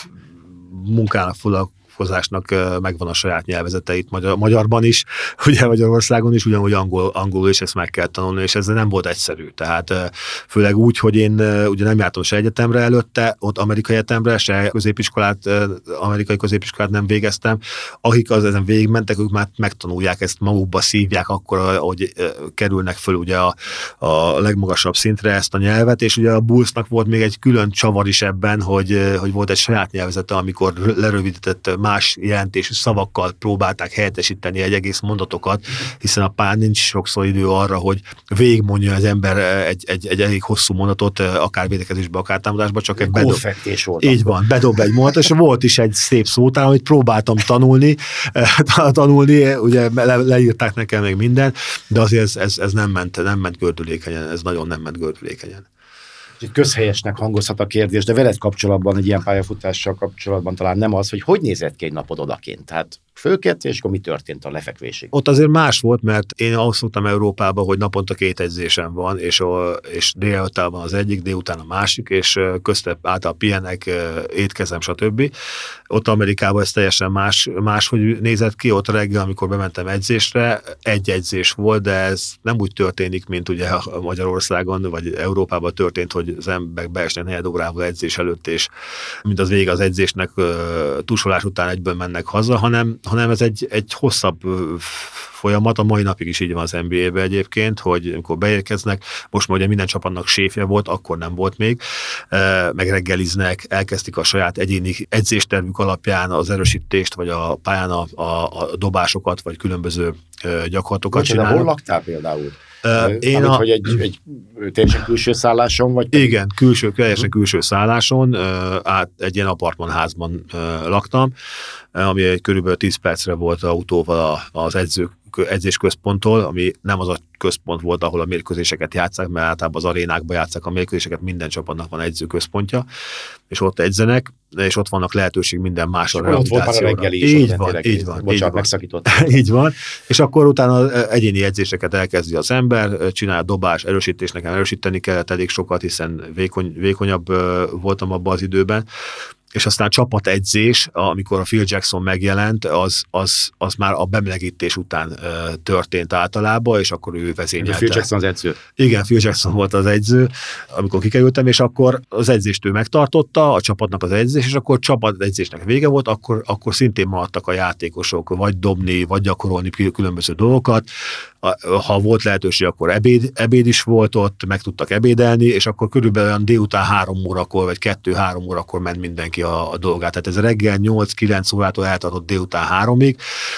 munkának foglalkozásnak megvan a saját nyelvezeteit magyar, magyarban is, ugye Magyarországon is, ugyanúgy angol, angolul is ezt meg kell tanulni, és ez nem volt egyszerű. Tehát főleg úgy, hogy én ugye nem jártam se egyetemre előtte, ott amerikai egyetemre, se középiskolát, amerikai középiskolát nem végeztem. Akik az ezen végigmentek, ők már megtanulják ezt, magukba szívják akkor, hogy kerülnek föl ugye a, a legmagasabb szintre ezt a nyelvet, és ugye a Bullsnak volt még egy külön csavar is ebben, hogy, hogy volt egy saját nyelvezete, amikor lerövidített más jelentésű szavakkal próbálták helyettesíteni egy egész mondatokat, hiszen a pályán nincs sokszor idő arra, hogy végigmondja az ember egy, egy, egy elég hosszú mondatot, akár védekezésbe, akár támadásba, csak egy bedob. Volt. Így van, bedob egy mondatot, és volt is egy szép szótár, amit próbáltam tanulni, tanulni, ugye le, leírták nekem meg minden, de azért ez, ez, ez nem ment, nem ment gördülékenyen, ez nagyon nem ment gördülékenyen. Közhelyesnek hangozhat a kérdés, de veled kapcsolatban, egy ilyen pályafutással kapcsolatban talán nem az, hogy hogy nézett ki egy napod odaként. Tehát fölkelt, és akkor mi történt a lefekvésig? Ott azért más volt, mert én ahhoz szoktam Európába, hogy naponta két edzésem van, és, és délután van az egyik, délután a másik, és közte által pihenek, étkezem, stb. Ott Amerikában ez teljesen más, máshogy nézett ki, ott reggel, amikor bementem edzésre, egy edzés volt, de ez nem úgy történik, mint ugye Magyarországon, vagy Európában történt, hogy az emberek beesnek negyed órával edzés előtt, és mint az vége az edzésnek, tusolás után egyből mennek haza, hanem, hanem ez egy, egy hosszabb folyamat, a mai napig is így van az en bé á-ben egyébként, hogy amikor beérkeznek, most már ugye minden csapatnak séfje volt, akkor nem volt még, meg reggeliznek, elkezdték a saját egyéni edzéstervük alapján az erősítést, vagy a pályán a, a, a dobásokat, vagy különböző gyakorlatokat csinálnak. Hol laktál például? Uh, én Amit, a... hogy egy, egy teljesen külső szálláson vagy? Igen, külső, teljesen külső szálláson, uh, át egy ilyen apartmanházban uh, laktam, uh, ami egy körülbelül tíz percre volt autóval az edzők edzésközponttól, ami nem az a központ volt, ahol a mérkőzéseket játsszák, mert általában az arénákban játsszák a mérkőzéseket, minden csapatnak van edzőközpontja, és ott edzenek, és ott vannak lehetőség minden másra rehabilitációra. Így van, így van. Bocsánat, megszakítottam. Így van, és akkor utána egyéni edzéseket elkezdi az ember, csinál dobás, erősítés, nekem erősíteni kellett elég sokat, hiszen vékony, vékonyabb voltam abban az időben, és aztán csapatedzés, amikor a Phil Jackson megjelent, az, az, az már a bemelegítés után uh, történt általában, és akkor ő vezényelte. Phil Jackson az edző? Igen, Phil Jackson volt az edző, amikor kikerültem, és akkor az edzést ő megtartotta, a csapatnak az edzés, és akkor csapatedzésnek vége volt, akkor, akkor szintén maradtak a játékosok, vagy dobni, vagy gyakorolni különböző dolgokat. Ha volt lehetőség, akkor ebéd, ebéd is volt ott, meg tudtak ebédelni, és akkor körülbelül olyan délután három órakor, vagy kettő-három órakor ment mindenki a, a dolgát. Tehát ez reggel nyolc-kilenc órától eltartott délután háromig,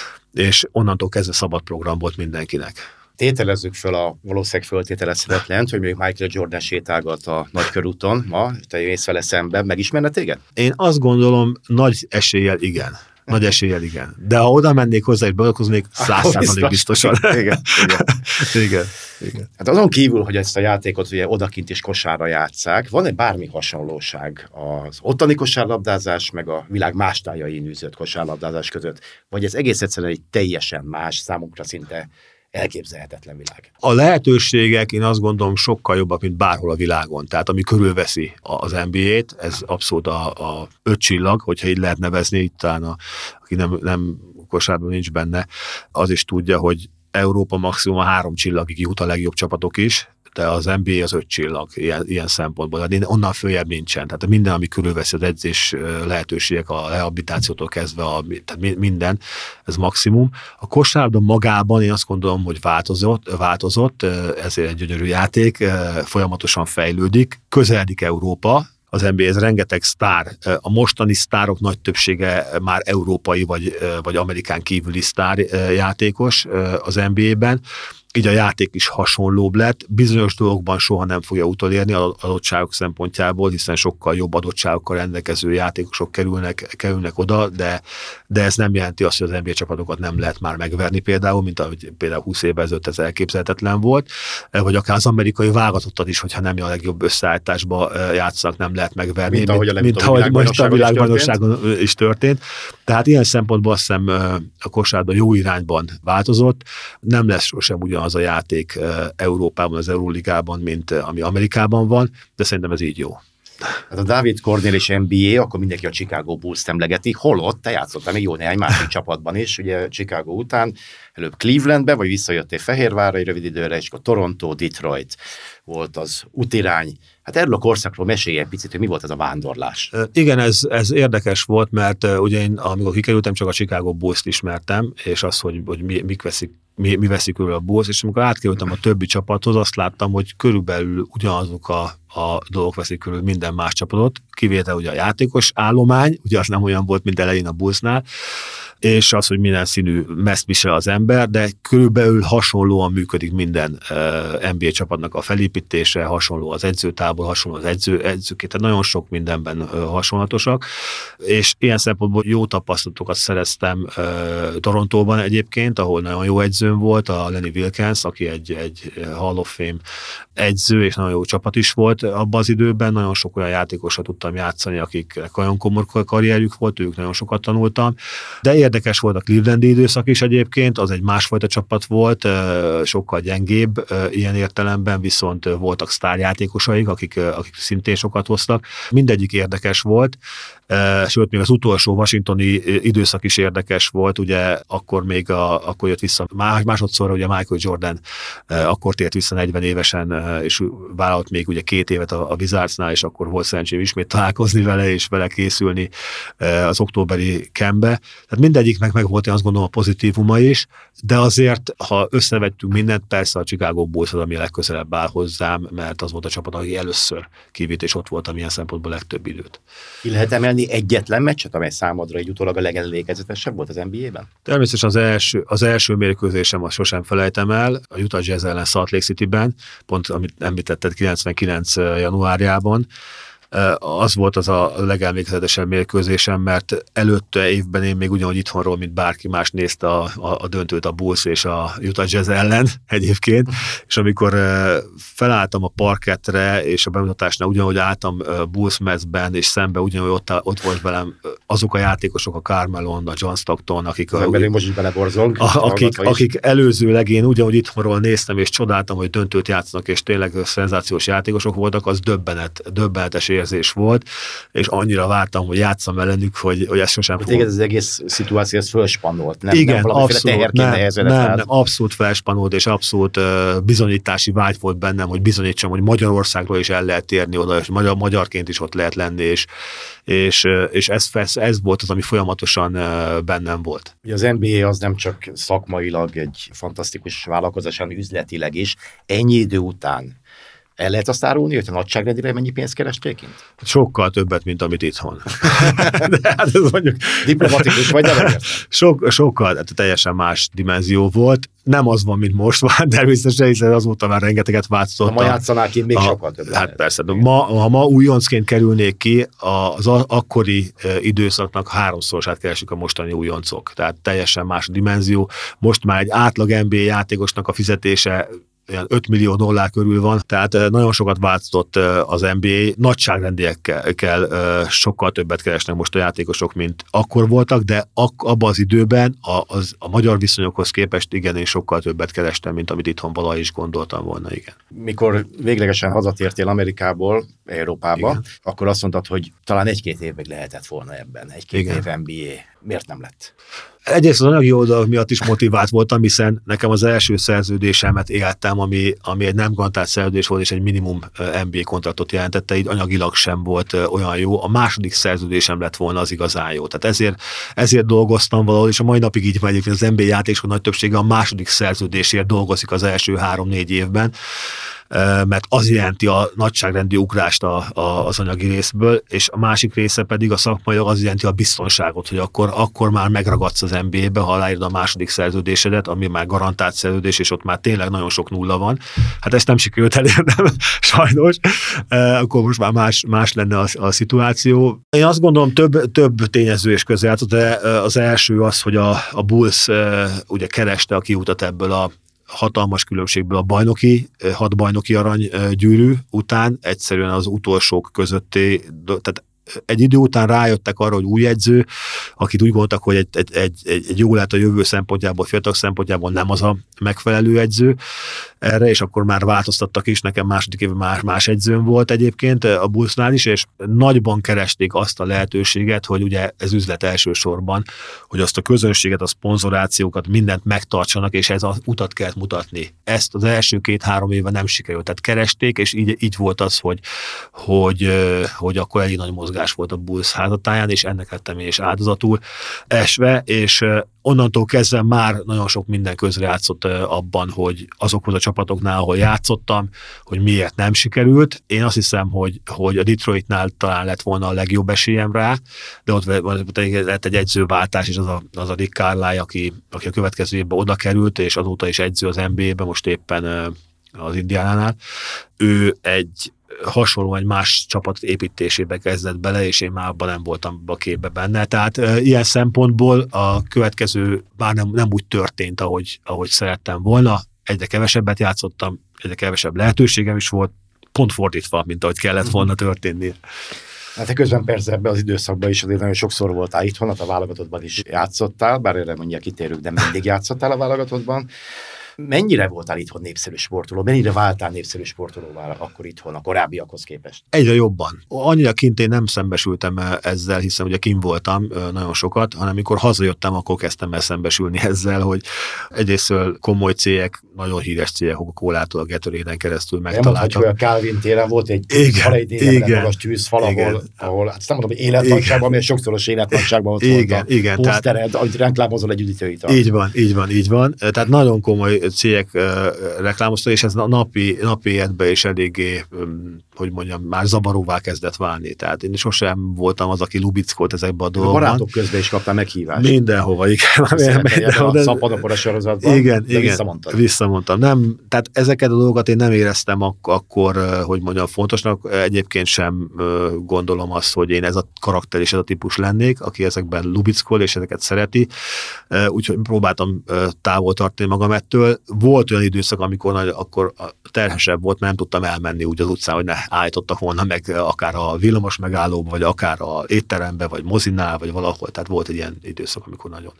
és onnantól kezdve szabad program volt mindenkinek. Tételezzük föl a valószínűleg föltételezhetetlent, hogy még Michael Jordan sétálgat a nagykörúton ma, te jössz vele szemben, megismerne téged? Én azt gondolom, nagy eséllyel igen. Nagy eséllyel igen. De ha oda mennék hozzá és beadkoznék, száz százalék biztosan. Igen, igen. igen, igen. Hát azon kívül, hogy ezt a játékot ugye odakint is kosárra játsszák, van-e bármi hasonlóság az ottani kosárlabdázás, meg a világ más tájain űzött kosárlabdázás között? Vagy ez egész egyszerűen egy teljesen más, számunkra szinte elképzelhetetlen világ? A lehetőségek, én azt gondolom, sokkal jobbak, mint bárhol a világon. Tehát ami körülveszi az en bé á-t, ez abszolút a, a öt csillag, hogyha így lehet nevezni, itt talán a, aki nem, nem kosárban nincs benne, az is tudja, hogy Európa maximum a három csillagig jut a legjobb csapatok is, de az en bé á az öt csillag ilyen, ilyen szempontból. De onnan följebb nincsen. Tehát minden, ami körülveszi az edzés lehetőségek, a rehabilitációtól kezdve, a, tehát minden, ez maximum. A kosárlabda magában én azt gondolom, hogy változott, változott, ezért egy gyönyörű játék, folyamatosan fejlődik, közeledik Európa, az en bé á ez rengeteg sztár, a mostani sztárok nagy többsége már európai vagy, vagy Amerikán kívüli sztár játékos az en bé á-ben, így a játék is hasonlóbb lett, bizonyos dolgokban soha nem fogja utolérni adottságok szempontjából, hiszen sokkal jobb adottságokkal rendelkező játékosok kerülnek, kerülnek oda, de, de ez nem jelenti azt, hogy az en bé á csapatokat nem lehet már megverni például, mint ahogy például húsz évvel ezelőtt ez elképzelhetetlen volt, vagy akár az amerikai válogatottat is, hogyha nem a legjobb összeállításba játszanak, nem lehet megverni, mint ahogy a, mint, ahogy most a világbajnokságon is, is történt. Tehát ilyen szempontból azt hiszem a kosárlabda jó irányban változott, nem lesz sosem ugyan az a játék Európában, az Euróligában, mint ami Amerikában van, de szerintem ez így jó. Hát a David Cornélis en bé á, akkor mindenki a Chicago Bulls-t emlegeti, holott te játszottál még jó néhány másik csapatban is, ugye Chicago után, előbb Clevelandbe, vagy visszajöttél Fehérvárra egy rövid időre, és akkor Toronto, Detroit volt az útirány. Hát erről a korszakról mesélj egy picit, hogy mi volt ez a vándorlás. Igen, ez, ez érdekes volt, mert ugye én, amikor kikerültem, csak a Chicago Bulls-t ismertem, és az, hogy, hogy mi, mik veszik, mi, mi veszik körül a Bulls, és amikor átkerültem a többi csapathoz, azt láttam, hogy körülbelül ugyanazok a, a dolgok veszik körül minden más csapatot, kivétel ugye a játékos állomány, ugye az nem olyan volt, mint elején a Bullsnál, és az, hogy minden színű meszt visel az ember, de körülbelül hasonlóan működik minden uh, en bé á csapatnak a felépítése, hasonló az edzőtábor, hasonló az edző, edzőké, tehát nagyon sok mindenben uh, hasonlatosak, és ilyen szempontból jó tapasztalatokat szereztem uh, Torontóban egyébként, ahol nagyon jó edzőm edzőm volt, a Lenny Wilkens, aki egy, egy Hall of Fame edző, és nagyon jó csapat is volt abban az időben. Nagyon sok olyan játékosra tudtam játszani, akik nagyon komoly karrierjük volt, ők nagyon sokat tanultam. De érdekes volt a Clevelandi időszak is egyébként, az egy másfajta csapat volt, sokkal gyengébb ilyen értelemben, viszont voltak sztárjátékosaik, akik, akik szintén sokat hoztak. Mindegyik érdekes volt, sőt, még az utolsó washingtoni időszak is érdekes volt, ugye akkor még a, akkor jött vissza másodszorra, ugye Michael Jordan akkor tért vissza negyven évesen, és vállalt még ugye két évet a, a Wizardsnál, és akkor volt szerencsém ismét találkozni vele, és vele készülni az októberi campbe. Tehát mindegyiknek meg volt, én azt gondolom, a pozitívuma is, de azért, ha összevettünk mindent, persze a Chicago Bulls az, ami legközelebb áll hozzám, mert az volt a csapat, aki először kivitt, és ott voltam ilyen szempontból legtöbb időt. Ki lehet emelni egyetlen meccset, amely számodra egy utólag a legemlékezetesebb volt az en bé á-ben? Természetesen az első, az első mérkőzésem, azt sosem felejtem el, a Utah Jazz ellen Salt Lake Cityben, pont amit említetted kilencvenkilenc januárjában. Az volt az a legemlékezetesebb mérkőzésem, mert előtte évben én még ugyanúgy itthonról, mint bárki más nézte a, a, a döntőt a Bulls és a Utah Jazz ellen egyébként, és amikor felálltam a parkettre, és a bemutatásnál ugyanúgy álltam Bulls mezben, és szembe ugyanúgy ott, ott volt velem azok a játékosok, a Carmelo, a John Stockton, akik, a, úgy, most is beleborzong, a, akik, akik előzőleg én ugyanúgy itthonról néztem, és csodáltam, hogy döntőt játszanak, és tényleg szenzációs játékosok voltak, az döbbenet, döbbenetes érzés volt, és annyira vártam, hogy játsszam ellenük, hogy, hogy ezt sosem fogom. Téged az egész szituáció, ez fölspannolt, nem? Igen, nem valamiféle abszolút, nem, nem, nem, abszolút felspannolt, és abszolút uh, bizonyítási vágy volt bennem, hogy bizonyítsam, hogy Magyarországról is el lehet térni oda, és magyar, magyarként is ott lehet lenni, és, és, és ez, ez volt az, ami folyamatosan uh, bennem volt. Ugye az en bé á az nem csak szakmailag egy fantasztikus vállalkozás, hanem üzletileg is. Ennyi idő után el lehet azt árulni, hogy a nagyságrendire mennyi pénzt kerestél kint? Sokkal többet, mint amit itthon. De hát ez mondjuk... Diplomatikus vagy, de nem értem. Sok, sokkal, tehát teljesen más dimenzió volt. Nem az van, mint most van, természetesen, hiszen azóta már rengeteget változottam. Ha ma játszanál ki, még a, sokkal többet. Hát persze, de ma, ha ma újoncként kerülnék ki, az akkori időszaknak háromszorosát keresik a mostani újoncok. Tehát teljesen más a dimenzió. Most már egy átlag en bé á játékosnak a fizetése olyan öt millió dollár körül van, tehát nagyon sokat változott az en bé á, nagyságrendiekkel sokkal többet keresnek most a játékosok, mint akkor voltak, de abban az időben a, az, a magyar viszonyokhoz képest igen, én sokkal többet kerestem, mint amit itthon valahogy is gondoltam volna, igen. Mikor véglegesen hazatértél Amerikából, Európába, igen, akkor azt mondtad, hogy talán egy-két évig lehetett volna ebben, egy-két igen. év en bé á. Miért nem lett? Egyrészt az anyagi oldal miatt is motivált voltam, hiszen nekem az első szerződésemet éltem, ami, ami egy nem garantált szerződés volt, és egy minimum en bé á kontraktot jelentette, így anyagilag sem volt olyan jó. A második szerződésem lett volna az igazán jó. Tehát ezért, ezért dolgoztam valahol, és a mai napig így megy, hogy az en bé á játékosok nagy többsége a második szerződésért dolgozik az első három-négy évben, mert az jelenti a nagyságrendi ugrást a, a, az anyagi részből, és a másik része pedig a szakmailag az jelenti a biztonságot, hogy akkor, akkor már megragadsz az en bé á-be, ha aláírod a második szerződésedet, ami már garantált szerződés, és ott már tényleg nagyon sok nulla van. Hát ezt nem sikerült elérnem, sajnos. Akkor most már más, más lenne a, a szituáció. Én azt gondolom, több, több tényező is közrejátszott, de az első az, hogy a, a Bulls ugye kereste a kiutat ebből a hatalmas különbségből a bajnoki, hat bajnoki arany gyűrű után, egyszerűen az utolsók közötti, tehát egy idő után rájöttek arra, hogy új edző, akit úgy gondoltak, hogy egy, egy, egy, egy jó lehet a jövő szempontjából, fiatal szempontjából nem az a megfelelő edző erre, és akkor már változtattak is, nekem második évben más, más edzőm volt egyébként a Bullsnál is, és nagyban keresték azt a lehetőséget, hogy ugye ez üzlet elsősorban, hogy azt a közönséget, a szponzorációkat, mindent megtartsanak, és ez az utat kellett mutatni. Ezt az első két-három éve nem sikerült, tehát keresték, és így, így volt az, hogy, hogy, hogy akkor elég nagy mozgás volt a Bulls házatáján, és ennek lettem én is áldozatul esve, és onnantól kezdve már nagyon sok minden közrejátszott abban, hogy azokhoz a csapatoknál, ahol játszottam, hogy miért nem sikerült. Én azt hiszem, hogy, hogy a Detroitnál talán lett volna a legjobb esélyem rá, de ott lett egy edzőváltás, és az a, az a Rick Carlisle, aki, aki a következő évben oda került, és azóta is edző az en bé á-ben, most éppen az Indiánánál. Ő egy hasonló egy más csapat építésébe kezdett bele, és én már abban nem voltam a képbe benne. Tehát e, ilyen szempontból a következő már nem, nem úgy történt, ahogy, ahogy szerettem volna. Egyre kevesebbet játszottam, egyre kevesebb lehetőségem is volt, pont fordítva, mint ahogy kellett volna történni. Hát te közben persze ebben az időszakban is azért nagyon sokszor voltál itthon, hát a válogatottban is játszottál, bár erre mondják kitérünk, de mindig játszottál a válogatottban. Mennyire voltál itthon népszerű sportoló? Mennyire váltál népszerű sportolóvá akkor itthon, a korábbiakhoz képest? Egyre jobban. Annyira kint én nem szembesültem ezzel, hiszen ugye kint voltam nagyon sokat, hanem amikor hazajöttem, akkor kezdtem el szembesülni ezzel, hogy egyrésztől komoly cégek, nagyon híres cégek, a Coca-Colától a Gatorade-en keresztül megtaláltak. Hogy a Calvin téren volt egy magas tűzfal, ahol, ahol hát nem mondom, hogy életnagyságban, mert sokszoros életnagyságban ott igen, volt a igen, posztered, ahogy reklámozol egy üdítőitalt. Így van, így van, így van. Tehát nagyon komoly cégek uh, reklámoztak, és ez a napi, napi életben is eléggé, um, hogy mondjam, már zavaróvá kezdett válni. Tehát én sosem voltam az, aki lubickolt ezekben a dolgokban. A barátok közben is kaptál meghívást. Mindenhova, igen. Mindenhova, a Szapadokor a sorozatban. Igen, igen. Visszamondtad. Visszamondtam. Nem, tehát ezeket a dolgokat én nem éreztem ak- akkor, hogy mondjam, fontosnak. Egyébként sem gondolom azt, hogy én ez a karakter és ez a típus lennék, aki ezekben lubickol és ezeket szereti. Úgyhogy próbáltam távol tartani magam ettől. Volt olyan időszak, amikor nagy, akkor terhesebb volt, nem tudtam elmenni úgy az utcán, hogy ne állítottak volna meg akár a villamos megállóba, vagy akár a étterembe, vagy mozinál, vagy valahol. Tehát volt egy ilyen időszak, amikor nagyon...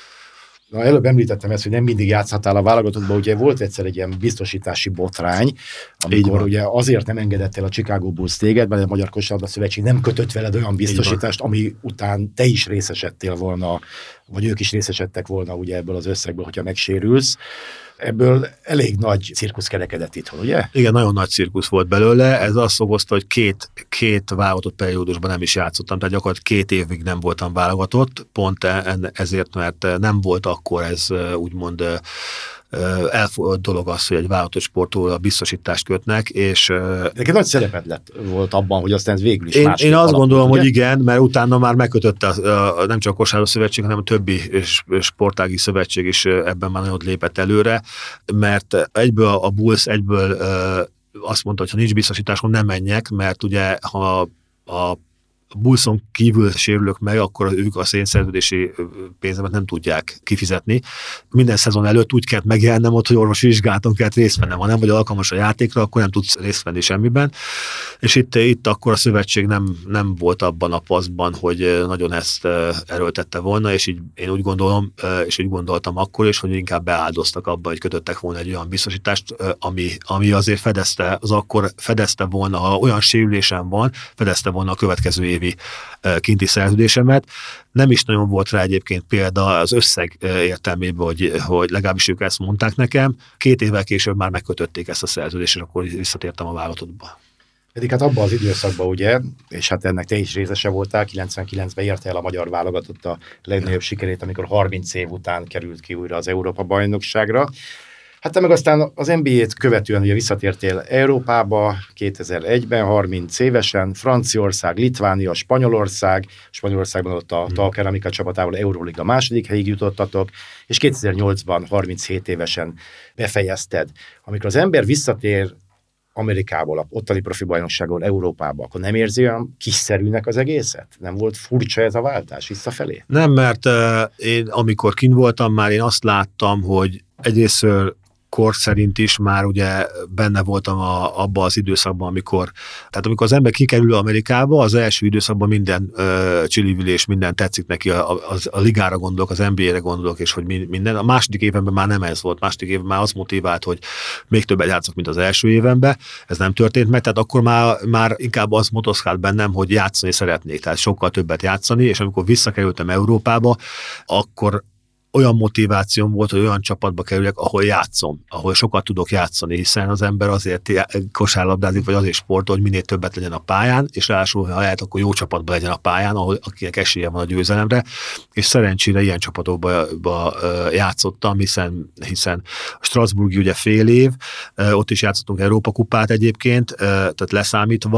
Na, előbb említettem ezt, hogy nem mindig játszhattál a válogatottban, ugye volt egyszer egy ilyen biztosítási botrány, amikor ugye azért nem engedett el a Chicago Bulls téged, mert a Magyar Kosárlabda Szövetség nem kötött veled olyan biztosítást, ami után te is részesedtél volna, vagy ők is részesedtek volna ugye ebből az összegből, hogyha megsérülsz. Ebből elég nagy cirkusz kerekedett itthon, ugye? Igen, nagyon nagy cirkusz volt belőle. Ez azt okozta, hogy két, két válogatott periódusban nem is játszottam, tehát gyakorlatilag két évig nem voltam válogatott, pont ezért, mert nem volt akkor ez úgymond elfogadott dolog az, hogy egy válogatott sportoló a biztosítást kötnek, és... Neked nagy szerepet lett volt abban, hogy aztán ez végül is én, másképp én azt alakult, gondolom, ugye? hogy igen, mert utána már megkötötte a, a, nem csak a Kosárlabda Szövetség, hanem a többi sportági szövetség is ebben már nagyon lépett előre, mert egyből a Bulls egyből azt mondta, hogy ha nincs biztosítás, akkor nem menjek, mert ugye ha a a Bullson kívül sérülök meg, akkor ők a szénszerződési pénzemet nem tudják kifizetni. Minden szezon előtt úgy kellett megjelennem ott, hogy orvosi vizsgálaton kellett részt vennem. Ha nem vagy alkalmas a játékra, akkor nem tudsz részt venni semmiben. És itt, itt akkor a szövetség nem, nem volt abban a paszban, hogy nagyon ezt erőltette volna, és így én úgy gondolom, és úgy gondoltam akkor is, hogy inkább beáldoztak abban, hogy kötöttek volna egy olyan biztosítást, ami, ami azért fedezte, az akkor fedezte volna, ha olyan sérülésem van, fedezte volna a következő évi kinti szerződésemet. Nem is nagyon volt rá egyébként példa az összeg értelmében, hogy, hogy legalábbis ők ezt mondták nekem. Két évvel később már megkötötték ezt a szerződést, és akkor visszatértem a válogatottba. Pedig hát abban az időszakban ugye, és hát ennek te is részese voltál, kilencvenkilencben érte el a magyar válogatott a legnagyobb sikerét, amikor harminc év után került ki újra az Európa-bajnokságra. Hát te meg aztán az en bé á-t követően ugye visszatértél Európába kétezer-egyben, harminc évesen, Franciaország, Litvánia, Spanyolország, Spanyolországban ott a Talkeramika csapatával Euróliga második helyig jutottatok, és kétezer-nyolcban harminchét évesen befejezted. Amikor az ember visszatér Amerikából, a ottani profi bajnokságon Európába, akkor nem érzi olyan kiszerűnek az egészet? Nem volt furcsa ez a váltás visszafelé? Nem, mert uh, én amikor kint voltam, már én azt láttam, hogy egyrésztről kor szerint is már ugye benne voltam a, abba az időszakban, amikor, tehát amikor az ember kikerül Amerikába, az első időszakban minden uh, csillivülés, minden tetszik neki, a, a, a ligára gondolok, az en bé á-re gondolok, és hogy minden. A második évenben már nem ez volt, második évben már az motivált, hogy még többet játszok, mint az első évenben, ez nem történt meg, tehát akkor már, már inkább az motoszkált bennem, hogy játszani szeretnék, tehát sokkal többet játszani, és amikor visszakerültem Európába, akkor olyan motivációm volt, hogy olyan csapatba kerüljek, ahol játszom, ahol sokat tudok játszani, hiszen az ember azért kosárlabdázik, vagy azért sportol, hogy minél többet legyen a pályán, és ráadásul, ha lehet, akkor jó csapatban legyen a pályán, ahol akinek esélye van a győzelemre, és szerencsére ilyen csapatokba játszottam, hiszen, hiszen a Strasbourgi ugye fél év, ott is játszottunk Európa kupát egyébként, tehát leszámítva,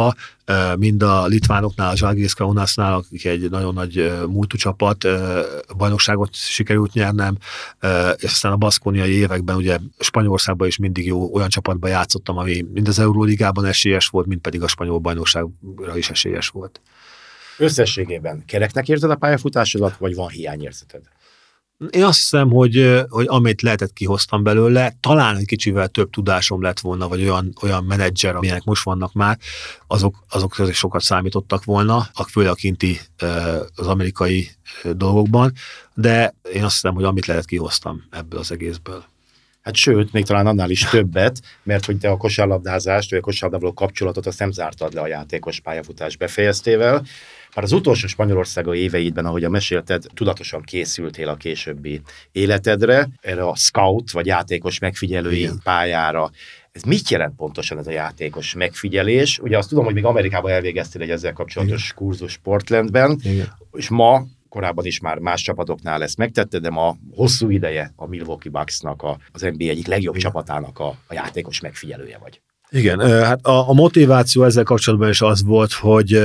mind a litvánoknál, a Žalgiris Kaunasnál, akik egy nagyon nagy múltú csapat, bajnokságot sikerült nyernem, és aztán a baszkóniai években ugye Spanyolországban is mindig jó olyan csapatban játszottam, ami mind az Euróligában esélyes volt, mind pedig a spanyol bajnokságra is esélyes volt. Összességében kereknek érzed a pályafutásodat, vagy van hiányérzeted? Én azt hiszem, hogy, hogy amit lehetett, kihoztam belőle, talán egy kicsivel több tudásom lett volna, vagy olyan, olyan menedzser, amilyenek most vannak már, azok, azok között sokat számítottak volna, főleg a kinti, az amerikai dolgokban, de én azt hiszem, hogy amit lehet, kihoztam ebből az egészből. Hát sőt, még talán annál is többet, mert hogy te a kosárlabdázást, vagy a kosárlabdával kapcsolatot azt nem zártad le a játékos pályafutás befejeztével. Már az utolsó Spanyolországa éveidben, ahogy a mesélted, tudatosan készültél a későbbi életedre, erre a scout, vagy játékos megfigyelői Igen. pályára. Ez mit jelent pontosan ez a játékos megfigyelés? Ugye azt tudom, hogy még Amerikában elvégeztél egy ezzel kapcsolatos Igen. kurzus Portlandben, Igen. és ma, korábban is már más csapatoknál ezt megtette, de ma hosszú ideje a Milwaukee Bucksnak, a, az en bé á egyik legjobb Igen. csapatának a, a játékos megfigyelője vagy. Igen, hát a, a motiváció ezzel kapcsolatban is az volt, hogy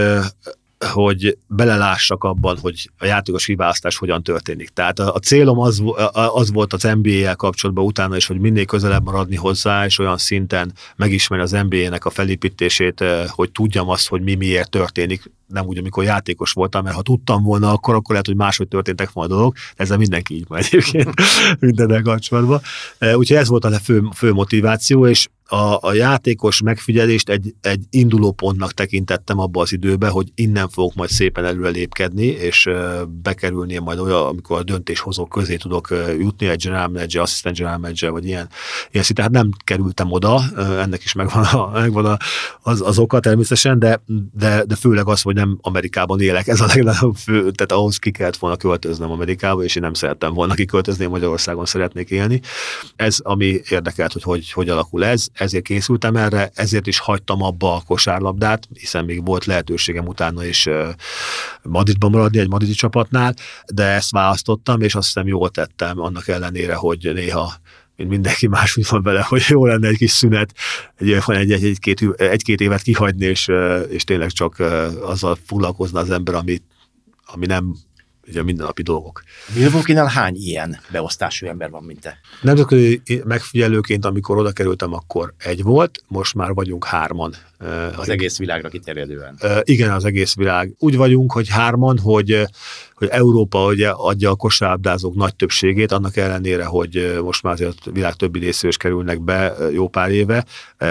hogy belelássak abban, hogy a játékos kiválasztás hogyan történik. Tehát a, a célom az, az volt az en bé á-jel kapcsolatban utána is, hogy minél közelebb maradni hozzá, és olyan szinten megismerni az en bé á-nek a felépítését, hogy tudjam azt, hogy mi miért történik. Nem úgy, amikor játékos voltam, mert ha tudtam volna, akkor, akkor lehet, hogy máshogy történtek volna a dolgok. Ezzel mindenki így van egyébként mindennel kapcsolatban. Úgyhogy ez volt a fő, fő motiváció, és a, a játékos megfigyelést egy, egy indulópontnak tekintettem abba az időbe, hogy innen fogok majd szépen előre lépkedni, és bekerülni majd olyan, amikor a döntéshozók közé tudok jutni, egy general manager, assistant general manager, vagy ilyen, ilyen szint. Tehát nem kerültem oda, ennek is megvan, a, megvan a, az, az oka természetesen, de, de, de főleg az, hogy nem Amerikában élek. Ez a legnagyobb fő, tehát ahhoz ki kellett volna költöznem Amerikába, és én nem szerettem volna kiköltözni, Magyarországon szeretnék élni. Ez, ami érdekelt, hogy hogy, hogy alakul ez, ezért készültem erre, ezért is hagytam abba a kosárlabdát, hiszen még volt lehetőségem utána is Madridban maradni, egy madridi csapatnál, de ezt választottam, és azt hiszem jól tettem, annak ellenére, hogy néha mint mindenki más úgy van vele, hogy jó lenne egy kis szünet, egy, egy, egy, egy-két, egy-két évet kihagyni, és, és tényleg csak azzal foglalkozna az ember, ami, ami nem ugye mindennapi dolgok. Milwaukee-nál hány ilyen beosztású ember van, mint te? Nemzetközi megfigyelőként, amikor oda kerültem, akkor egy volt, most már vagyunk hárman. Az egész világra kiterjedően. Igen, az egész világ. Úgy vagyunk, hogy hárman, hogy, hogy Európa ugye adja a kosárlabdázók nagy többségét, annak ellenére, hogy most már azért a világ többi részéről is kerülnek be jó pár éve.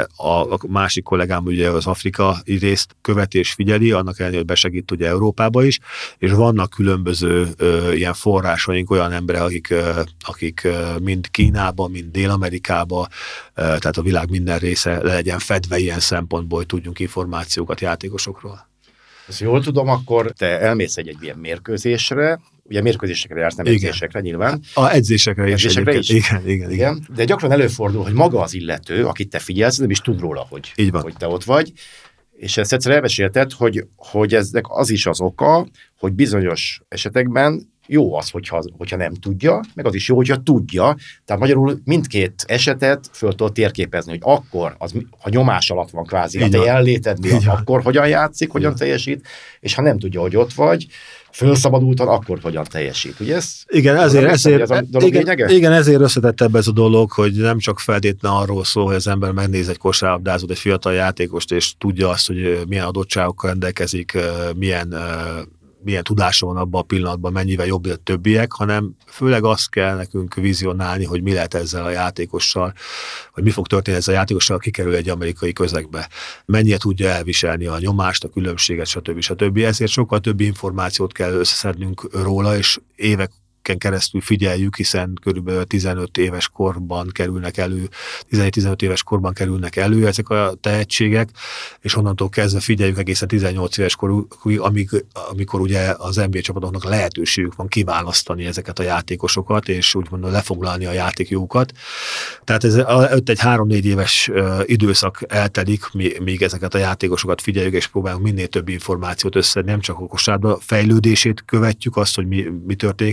A másik kollégám ugye az afrikai részt követi és figyeli, annak ellenére, hogy besegít ugye Európába is, és vannak különböző ilyen forrásaink, olyan emberek, akik, akik mind Kínában, mind Dél-Amerikában, tehát a világ minden része le legyen fedve ilyen szempontból, hogy tudjunk információkat játékosokról. Ezt jól tudom, akkor te elmész egy, egy ilyen mérkőzésre, ugye mérkőzésekre jársz, nem edzésekre nyilván. A edzésekre is. Edzésekre is. Igen, igen, igen, igen. De gyakran előfordul, hogy maga az illető, akit te figyelsz, nem is tud róla, hogy, hogy te ott vagy. És ezt egyszer elmesélted, hogy, hogy eznek az is az oka, hogy bizonyos esetekben jó az, hogyha, hogyha nem tudja, meg az is jó, hogyha tudja. Tehát magyarul mindkét esetet föl tudod térképezni, hogy akkor, az, ha nyomás alatt van kvázi, a te jelenléted miatt, akkor hogyan játszik, hogyan teljesít, és ha nem tudja, hogy ott vagy, fölszabadultan, akkor hogyan teljesít. Ugye ez? Igen, ezért, ezért, ez a igen, igen, ezért összetettebb ez a dolog, hogy nem csak feltétlenül arról szól, hogy az ember megnéz egy kosárlabdázót, egy fiatal játékost, és tudja azt, hogy milyen adottságokkal rendelkezik, milyen milyen tudása van abban a pillanatban, mennyivel jobb a többiek, hanem főleg azt kell nekünk vizionálni, hogy mi lehet ezzel a játékossal, vagy mi fog történni ezzel a játékossal, kikerül egy amerikai közegbe. Mennyire tudja elviselni a nyomást, a különbséget, stb. stb. Ezért sokkal több információt kell összeszednünk róla, és évek keresztül figyeljük, hiszen körülbelül tizenöt éves korban kerülnek elő, tizenhét-tizenöt éves korban kerülnek elő ezek a tehetségek, és onnantól kezdve figyeljük egészen tizennyolc éves korig, amíg, amikor ugye az en bé á csapatoknak lehetőségük van kiválasztani ezeket a játékosokat, és úgymond lefoglalni a játékjókat. Tehát ez egy három-négy éves időszak eltelik, míg ezeket a játékosokat figyeljük, és próbálunk minél több információt összedni, nem csak a kosárlabda fejlődését követjük, azt, hogy mi, mi történik vele, hanem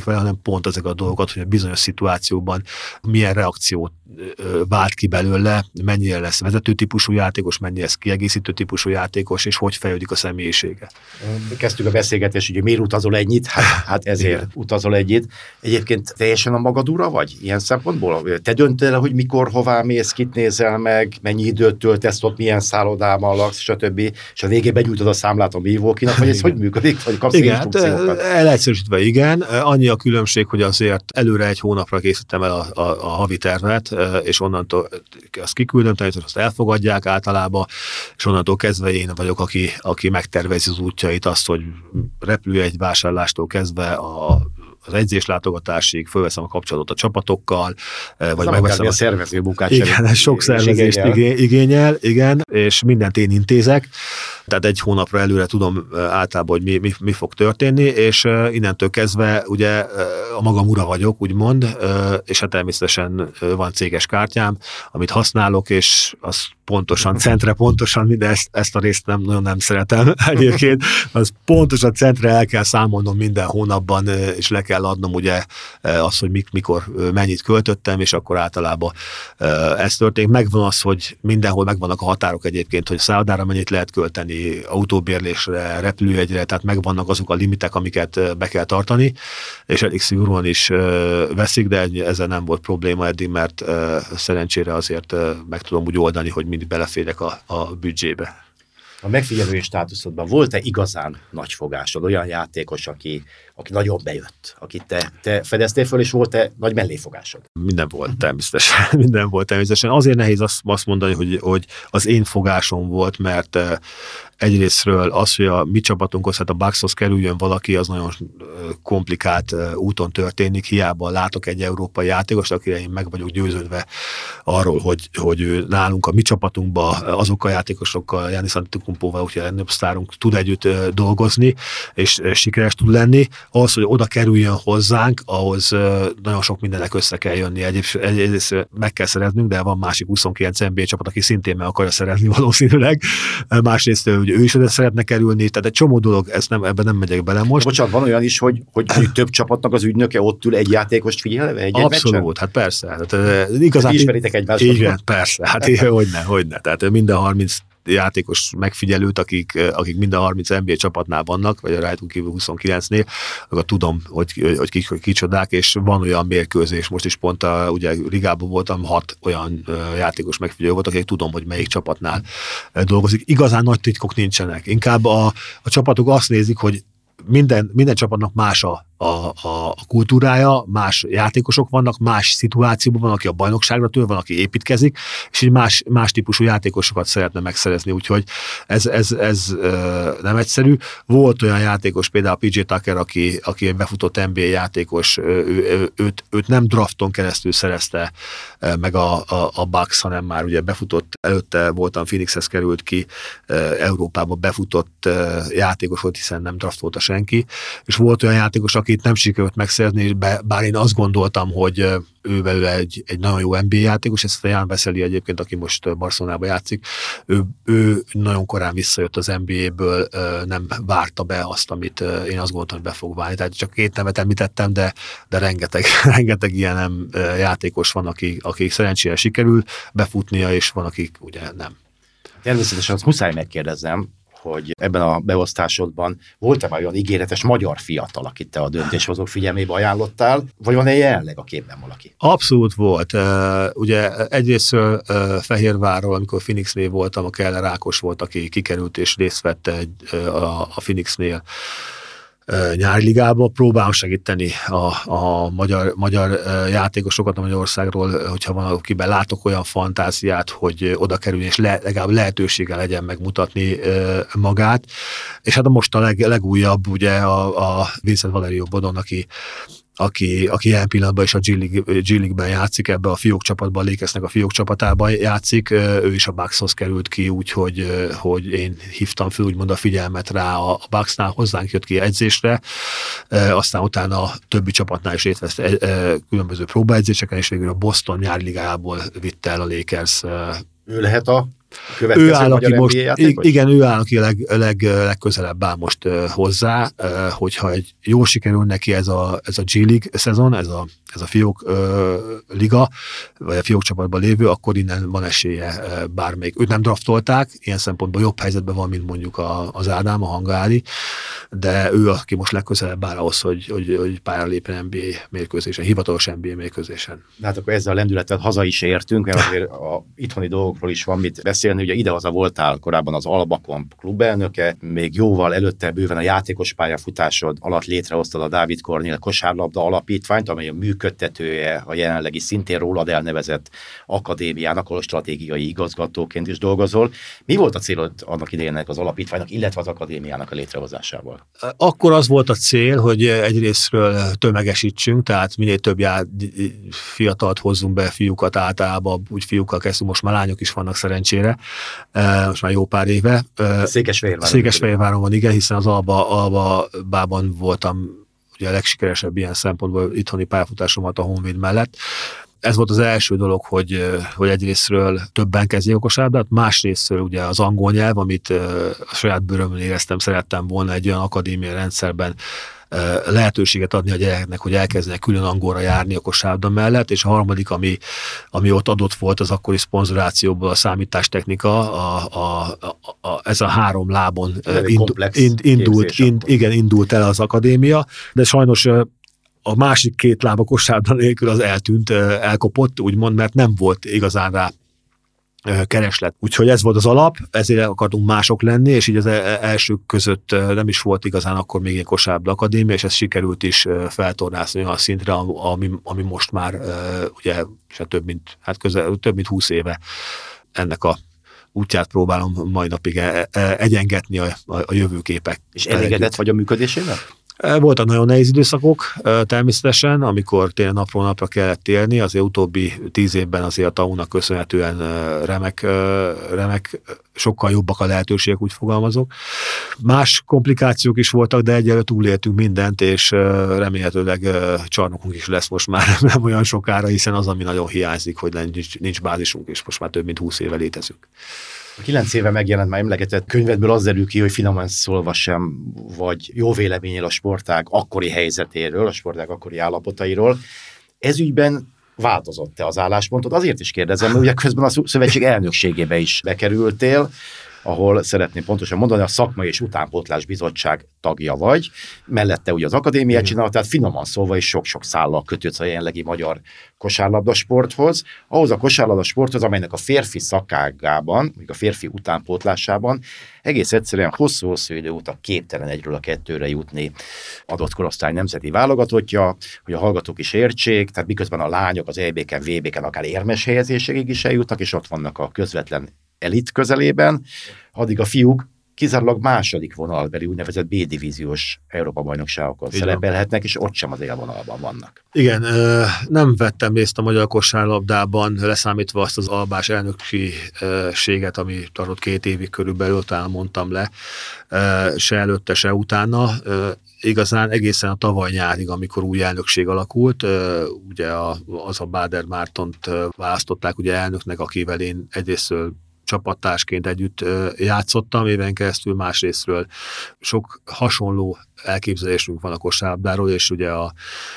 pont ezek a dolgokat, hogy a bizonyos szituációban milyen reakciót vált ki belőle, mennyire lesz vezető típusú játékos, mennyire lesz kiegészítő típusú játékos, és hogy fejlődik a személyisége. Kezdtük a beszélgetést, hogy miért utazol ennyit? Hát, hát ezért igen. Utazol ennyit. Egyébként teljesen a magad ura vagy ilyen szempontból? Te döntöd el, hogy mikor, hová mész, kit nézel meg, mennyi időt töltesz ott, milyen szállodában laksz, stb. És a végén benyújtod a számlát a Milwaukee-nak, vagy ez hogy működik? Vagy kapsz igen, instrukciókat? Elegyszerűsítve igen. Annyi a különbség, hogy azért előre egy hónapra készítem el a, a, a havi tervet, és onnantól azt kiküldöm, természetesen azt elfogadják általában, és onnantól kezdve én vagyok, aki, aki megtervezi az útjait, azt, hogy repülőjegy vásárlástól kezdve a az edzéslátogatásig, fölveszem a kapcsolatot a csapatokkal, ez vagy megveszem a szervező munkát. Igen, ez sok szervezést igényel. igényel, igen, és mindent én intézek, tehát egy hónapra előre tudom általában, hogy mi, mi, mi fog történni, és innentől kezdve ugye a magam ura vagyok, úgymond, és hát természetesen van céges kártyám, amit használok, és az pontosan, centre pontosan, minden ezt, ezt a részt nem, nagyon nem szeretem egyébként, az pontosan centre el kell számolnom minden hónapban, és le kell adnom ugye azt, hogy mik, mikor mennyit költöttem, és akkor általában ez történik. Megvan az, hogy mindenhol megvannak a határok egyébként, hogy szállodára mennyit lehet költeni, autóbérlésre, repülőjegyre, tehát megvannak azok a limitek, amiket be kell tartani, és elég szigorúan is veszik, de ezzel nem volt probléma eddig, mert szerencsére azért meg tudom úgy oldani, hogy mindig beleférek a, a büdzsébe. A megfigyelői státuszodban volt-e igazán nagyfogásod, olyan játékos, aki, aki nagyon bejött, akit te, te fedeztél föl, és volt-e nagy melléfogásod? Minden volt természetesen. Minden volt természetesen. Azért nehéz azt, azt mondani, hogy, hogy az én fogásom volt, mert egyrésztről az, hogy a mi csapatunkhoz, hát a Buckshoz kerüljön valaki, az nagyon komplikált úton történik, hiába látok egy európai játékost, akire én meg vagyok győződve arról, hogy, hogy ő nálunk a mi csapatunkban azokkal a játékosokkal, Giannis Antetokounmpóval, úgyhogy a legnagyobb sztárunk tud együtt dolgozni, és sikeres tud lenni. Az, hogy oda kerüljön hozzánk, ahhoz nagyon sok mindennek össze kell jönni. Egyrészt meg kell szereznünk, de van másik huszonkilenc en bé á csapat, aki szintén meg akarja szerezni valószínűleg. Másrészt hogy ő is oda szeretne kerülni, tehát egy csomó dolog, ezt nem, ebben nem megyek bele most. De bocsánat, van olyan is, hogy, hogy több csapatnak az ügynöke ott ül egy játékost figyelve? Egy Abszolút, hát persze. Hát, igazán, hát ismeritek egymást. Igen, persze, hát hogyne, hogyne. Tehát minden harminc játékos megfigyelőt, akik, akik minden harminc en bé á csapatnál vannak, vagy a rajtunk kívül huszonkilencnél, akkor tudom, hogy, hogy, kik, hogy kicsodák, és van olyan mérkőzés, most is pont a, ugye Rigában voltam, hat olyan játékos megfigyelő volt, akik tudom, hogy melyik csapatnál dolgozik. Igazán nagy titkok nincsenek. Inkább a, a csapatok azt nézik, hogy minden, minden csapatnak más a, a, a, a kultúrája, más játékosok vannak, más szituációban van, aki a bajnokságra tör, van, aki építkezik, és így más, más típusú játékosokat szeretne megszerezni, úgyhogy ez, ez, ez nem egyszerű. Volt olyan játékos, például pé jé Tucker, aki, aki egy befutott en bé á játékos, ő, ő, őt, őt nem drafton keresztül szerezte meg a, a, a Bucks, hanem már ugye befutott, előtte voltam, Phoenixhez került ki, Európába befutott játékos volt, hiszen nem draftolta senki, és volt olyan játékos, akit nem sikerült megszerezni, bár én azt gondoltam, hogy ő belőle egy, egy nagyon jó en bé á játékos, ezt a Jan Vesely egyébként, aki most Barcelonába játszik, ő, ő nagyon korán visszajött az en bé á-ből, nem várta be azt, amit én azt gondoltam, hogy be fog válni. Tehát csak két nevet említettem, de, de rengeteg, rengeteg ilyen nem játékos van, aki, aki szerencsére sikerül befutnia, és van, akik ugye nem. Természetesen azt muszáj megkérdeznem, hogy ebben a beosztásodban volt-e már olyan ígéretes magyar fiatal, akit te a döntéshozók figyelmébe ajánlottál, vagy van-e jelenleg a képben valaki? Abszolút volt. Ugye egyrészt Fehérvárról, amikor Phoenixnél voltam, a Keller Ákos volt, aki kikerült és részt vett egy, a, a Phoenixnél nyári ligába, próbálom segíteni a, a magyar, magyar játékosokat a Magyarországról, hogyha van, akiben látok olyan fantáziát, hogy oda kerülni, és le, legalább lehetősége legyen megmutatni magát. És hát a most a leg, legújabb, ugye a, a Vincent Valerio Bodon, aki aki, aki ilyen pillanatban is a G-League-ben játszik, ebbe a fiók csapatban, a Lakersnek a fiók csapatában játszik, ő is a Buckshoz került ki, úgyhogy hogy én hívtam fel úgymond a figyelmet rá a Bucksnál, hozzánk jött ki edzésre, aztán utána a többi csapatnál is részt vesz különböző próbaedzéseken, és végül a Boston nyári ligájából vitte el a Lakers. Ő lehet a Következő áll, magyar most, en bé á játékos? Igen, ő áll, aki leg, leg, legközelebb áll most uh, hozzá, uh, hogyha egy jól sikerül neki ez a, ez a G-League szezon, ez a, ez a fiók uh, liga, vagy a fiók csapatban lévő, akkor innen van esélye uh, bármelyik. Őt nem draftolták, ilyen szempontból jobb helyzetben van, mint mondjuk a, az Ádám, a Hangáli, de ő, aki most legközelebb áll ahhoz, hogy, hogy, hogy pályára lépjen en bé á mérkőzésen, hivatalos en bé á mérkőzésen. Hát akkor ezzel a lendülettel haza is értünk, mert azért a itthoni dolgokról is van mit beszélni. Ugye idehaza voltál korábban az Albakomp klubelnöke, még jóval előtte bőven a játékos pályafutásod alatt létrehoztad a Dávid Kornél kosárlabda alapítványt, amely a működtetője a jelenlegi szintén rólad elnevezett akadémiának, ahol stratégiai igazgatóként is dolgozol. Mi volt a célod annak idején az alapítványnak, illetve az akadémiának a létrehozásával? Akkor az volt a cél, hogy egyrésztről tömegesítsünk, tehát minél több já- fiatalt hozzunk be, fiúkat általában, úgy fiúkkal kezdtünk, most már lányok is vannak szerencsére, most már jó pár éve. Székesfehérváron. Székesfehérváron van, igen, hiszen az Alba, Alba bában voltam ugye a legsikeresebb ilyen szempontból itthoni pályafutásomat a Honvéd mellett. Ez volt az első dolog, hogy, hogy egyrésztről többen kezdjék a kosárlabdát, másrésztről ugye az angol nyelv, amit a saját bőrömön éreztem, szerettem volna egy olyan akadémiai rendszerben lehetőséget adni a gyerekeknek, hogy elkezdenek külön angolra járni a kosárlabda mellett, és a harmadik, ami, ami ott adott volt az akkori szponzorációból a számítástechnika, a, a, a, a, ez a három lábon indult, ind, indult, ind, igen, indult el az akadémia, de sajnos a másik két láb a kosárlabda nélkül az eltűnt, elkopott, úgymond, mert nem volt igazán rá kereslet. Úgyhogy ez volt az alap, ezért akartunk mások lenni, és így az elsők között nem is volt igazán akkor még egy kosárlabda akadémia, és ez sikerült is feltornászni olyan szintre, ami, ami most már ugye se több mint, hát közel, több mint húsz éve ennek a útját próbálom mai napig egyengetni a, a, a jövőképek. És elégedett vagy a működésével? Voltak nagyon nehéz időszakok természetesen, amikor tényleg napról napra kellett élni, azért utóbbi tíz évben azért a té á u-nak köszönhetően remek, remek, sokkal jobbak a lehetőségek, úgy fogalmazok. Más komplikációk is voltak, de egyelőre túléltünk mindent, és remélhetőleg csarnokunk is lesz most már nem olyan sokára, hiszen az, ami nagyon hiányzik, hogy nincs, nincs bázisunk, és most már több mint húsz éve létezünk. A kilenc éve megjelent már emlegetett könyvedből az derül ki, hogy finoman szólva sem vagy jó véleményél a sportág akkori helyzetéről, a sportág akkori állapotairól. Ez ügyben változott-e az álláspontod? Azért is kérdezem, mert ugye közben a szövetség elnökségébe is bekerültél, ahol szeretném pontosan mondani, a szakmai és utánpótlás bizottság tagja vagy, mellette ugye az akadémiát csinálod, tehát finoman szólva is sok-sok szállal kötődsz a jelenlegi magyar kosárlabdasporthoz, ahhoz a kosárlabdasporthoz, amelynek a férfi szakágában, még a férfi utánpótlásában egész egyszerűen hosszú-hosszú idő óta képtelen egyről a kettőre jutni adott korosztály nemzeti válogatottja, hogy a hallgatók is értsék, tehát miközben a lányok az é bé-ken, vé bé-ken akár érmes helyezésekig is eljutnak, és ott vannak a közvetlen elit közelében, addig a fiúk kizárólag második vonalbeli úgynevezett B-divíziós Európa-bajnokságokon szerepelhetnek, és ott sem az élvonalban vannak. Igen, nem vettem részt a magyar kosárlabdában, leszámítva azt az albás elnökséget, ami tartott két évig körülbelül, talán mondtam le, se előtte, se utána. Igazán egészen a tavaly nyárig, amikor új elnökség alakult, ugye az a Báder Mártont választották ugye elnöknek, akivel én egyrésztről csapattársként együtt játszottam éven keresztül, másrésztről sok hasonló elképzelésünk van a kosárlabdáról, és ugye a,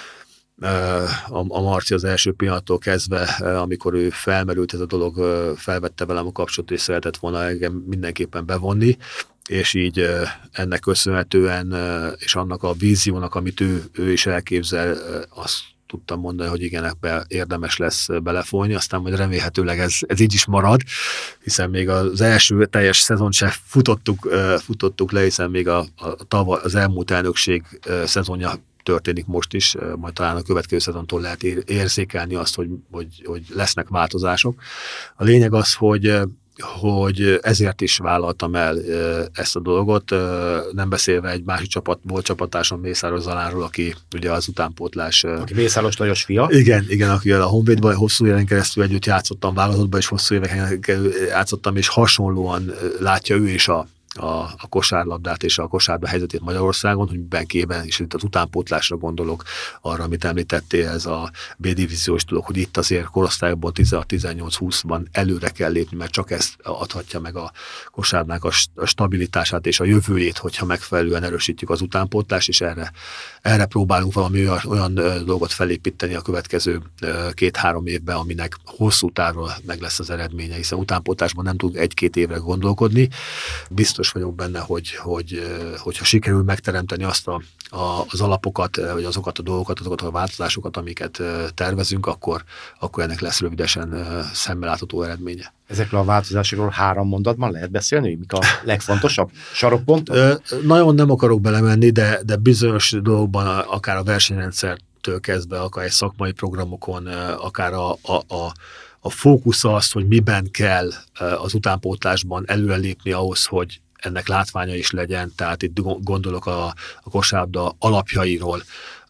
a, a Marci az első pillanattól kezdve, amikor ő felmerült ez a dolog, felvette velem a kapcsolatot, és szeretett volna engem mindenképpen bevonni, és így ennek köszönhetően, és annak a víziónak, amit ő, ő is elképzel, azt tudtam mondani, hogy igen, ebbe érdemes lesz belefolyni, aztán majd remélhetőleg ez, ez így is marad, hiszen még az első teljes szezon se futottuk, futottuk le, hiszen még a, a tavaly, az elmúlt elnökség szezonja történik most is, majd talán a következő szezontól lehet érzékelni azt, hogy, hogy, hogy lesznek változások. A lényeg az, hogy hogy ezért is vállaltam el ezt a dolgot, nem beszélve egy másik csapat, volt csapattársam Mészáros Zalánról, aki ugye az utánpótlás... Aki Mészáros Lajos fia? Igen, igen, aki a Honvédban hosszú éven keresztül együtt játszottam, válogatottban és hosszú éveken játszottam, és hasonlóan látja ő is a, a, a kosárlabdát és a kosárlabda helyzetét Magyarországon, hogy miben és itt az utánpótlásra gondolok, arra, amit említettél, ez a B-divíziós dolog, hogy itt azért korosztályokban tizenhat tizennyolc húszban előre kell lépni, mert csak ezt adhatja meg a kosárnak a stabilitását és a jövőjét, hogyha megfelelően erősítjük az utánpótlást, és erre, erre próbálunk valami olyan, olyan dolgot felépíteni a következő két-három évben, aminek hosszú távról meg lesz az eredménye, hiszen utánpótlásban nem tud egy-két évre gondolkodni. Biztos vagyok benne, hogy, hogy hogyha sikerül megteremteni azt a, a, az alapokat, vagy azokat a dolgokat, azokat a változásokat, amiket tervezünk, akkor, akkor ennek lesz rövidesen szemmel látható eredménye. Ezekről a változásokról három mondatban lehet beszélni? Mik a legfontosabb sarokpontok? Nagyon nem akarok belemenni, de, de bizonyos dolgokban, akár a versenyrendszertől kezdve, akár egy szakmai programokon, akár a, a, a A fókusz az, hogy miben kell az utánpótlásban előrelépni ahhoz, hogy ennek látványa is legyen, tehát itt gondolok a, a kosárlabda alapjairól,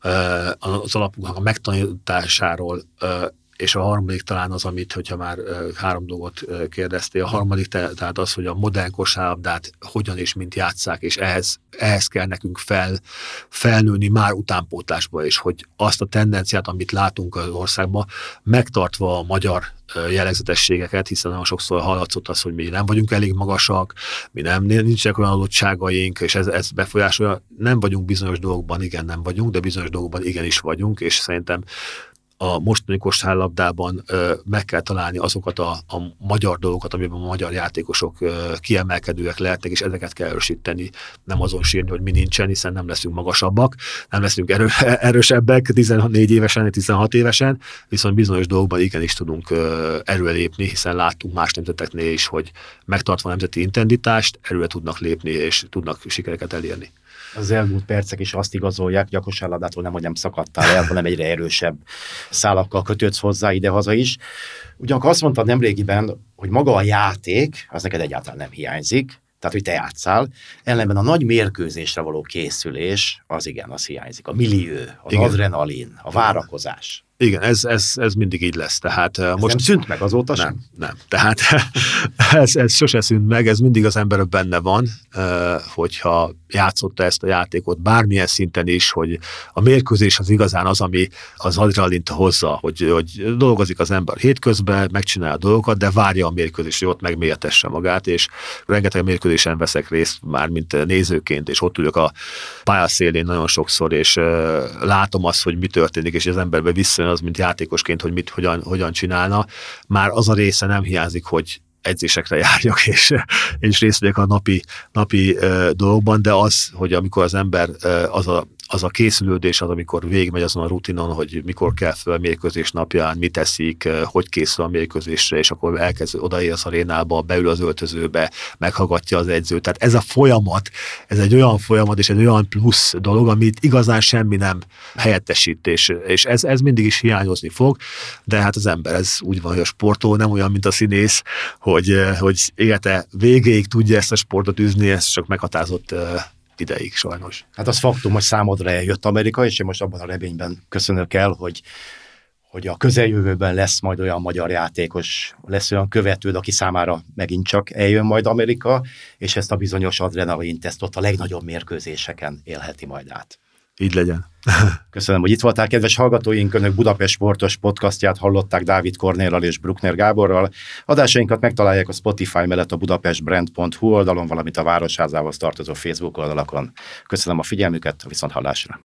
az alapoknak a megtanításáról, és a harmadik talán az, amit, hogyha már három dolgot kérdeztél, a harmadik tehát az, hogy a modern kosárlabdát hogyan és mint játsszák, és ehhez, ehhez kell nekünk fel, felnőni már utánpótlásba, és hogy azt a tendenciát, amit látunk az országban, megtartva a magyar jellegzetességeket, hiszen nagyon sokszor hallatszott az, hogy mi nem vagyunk elég magasak, mi nem, nincsenek olyan adottságaink, és ez, ez befolyásolja. Nem vagyunk bizonyos dolgokban, igen, nem vagyunk, de bizonyos dolgokban igenis vagyunk, és szerintem a mostani kosárlabdában ö, meg kell találni azokat a, a magyar dolgokat, amiben a magyar játékosok ö, kiemelkedőek lehetnek, és ezeket kell erősíteni, nem azon sírni, hogy mi nincsen, hiszen nem leszünk magasabbak, nem leszünk erő, erősebbek tizennégy évesen, tizenhat évesen, viszont bizonyos dolgokban igenis tudunk ö, erőlépni, hiszen láttunk más nemzeteknél is, hogy megtartva a nemzeti intenditást, erőre tudnak lépni, és tudnak sikereket elérni. Az elmúlt percek is azt igazolják, hogy a kosárlabdától nem, hogy nem szakadtál el, hanem egyre erősebb szálakkal kötődsz hozzá ide-haza is. Ugyanakkor azt mondtad nemrégiben, hogy maga a játék, az neked egyáltalán nem hiányzik, tehát, hogy te játszál, ellenben a nagy mérkőzésre való készülés, az igen, az hiányzik. A millió, az igen. Adrenalin, a várakozás. Igen, ez, ez, ez mindig így lesz. Tehát, ez most nem szűnt meg azóta nem, sem? Nem, tehát ez, ez sose szűnt meg, ez mindig az emberben benne van, hogyha játszotta ezt a játékot bármilyen szinten is, hogy a mérkőzés az igazán az, ami az adrenalint hozza, hogy, hogy dolgozik az ember hétközben, megcsinálja a dolgokat, de várja a mérkőzést, hogy ott megmélyetesse magát, és rengeteg mérkőzésen veszek részt már, mint nézőként, és ott ülök a pályaszélén nagyon sokszor, és látom azt, hogy mi történik, és az emberbe visszajön az, mint játékosként, hogy mit, hogyan, hogyan csinálna. Már az a része nem hiányzik, hogy edzésekre járjak, és, és részt vegyek a napi, napi uh, dolgokban, de az, hogy amikor az ember uh, az a az a készülődés az, amikor végigmegy azon a rutinon, hogy mikor kell fel a mérkőzés napján, mit teszik, hogy készül a mérkőzésre, és akkor elkezd odaér az arénába, beül az öltözőbe, meghallgatja az edzőt. Tehát ez a folyamat, ez egy olyan folyamat, és egy olyan plusz dolog, amit igazán semmi nem helyettesít, és, és ez, ez mindig is hiányozni fog, de hát az ember, ez úgy van, hogy a sportoló nem olyan, mint a színész, hogy, hogy élete végéig tudja ezt a sportot űzni, ez csak meghatározott ideig sajnos. Hát az faktum, hogy számodra eljött Amerika, és én most abban a reményben köszönök el, hogy, hogy a közeljövőben lesz majd olyan magyar játékos, lesz olyan követőd, aki számára megint csak eljön majd Amerika, és ezt a bizonyos adrenalint, ezt ott a legnagyobb mérkőzéseken élheti majd át. Így legyen. Köszönöm, hogy itt voltál, kedves hallgatóink, Önök Budapest sportos podcastját hallották Dávid Kornéllal és Bruckner Gáborral. Adásainkat megtalálják a Spotify mellett a budapestbrand pont hu oldalon, valamint a Városházához tartozó Facebook oldalakon. Köszönöm a figyelmüket, a viszonthallásra.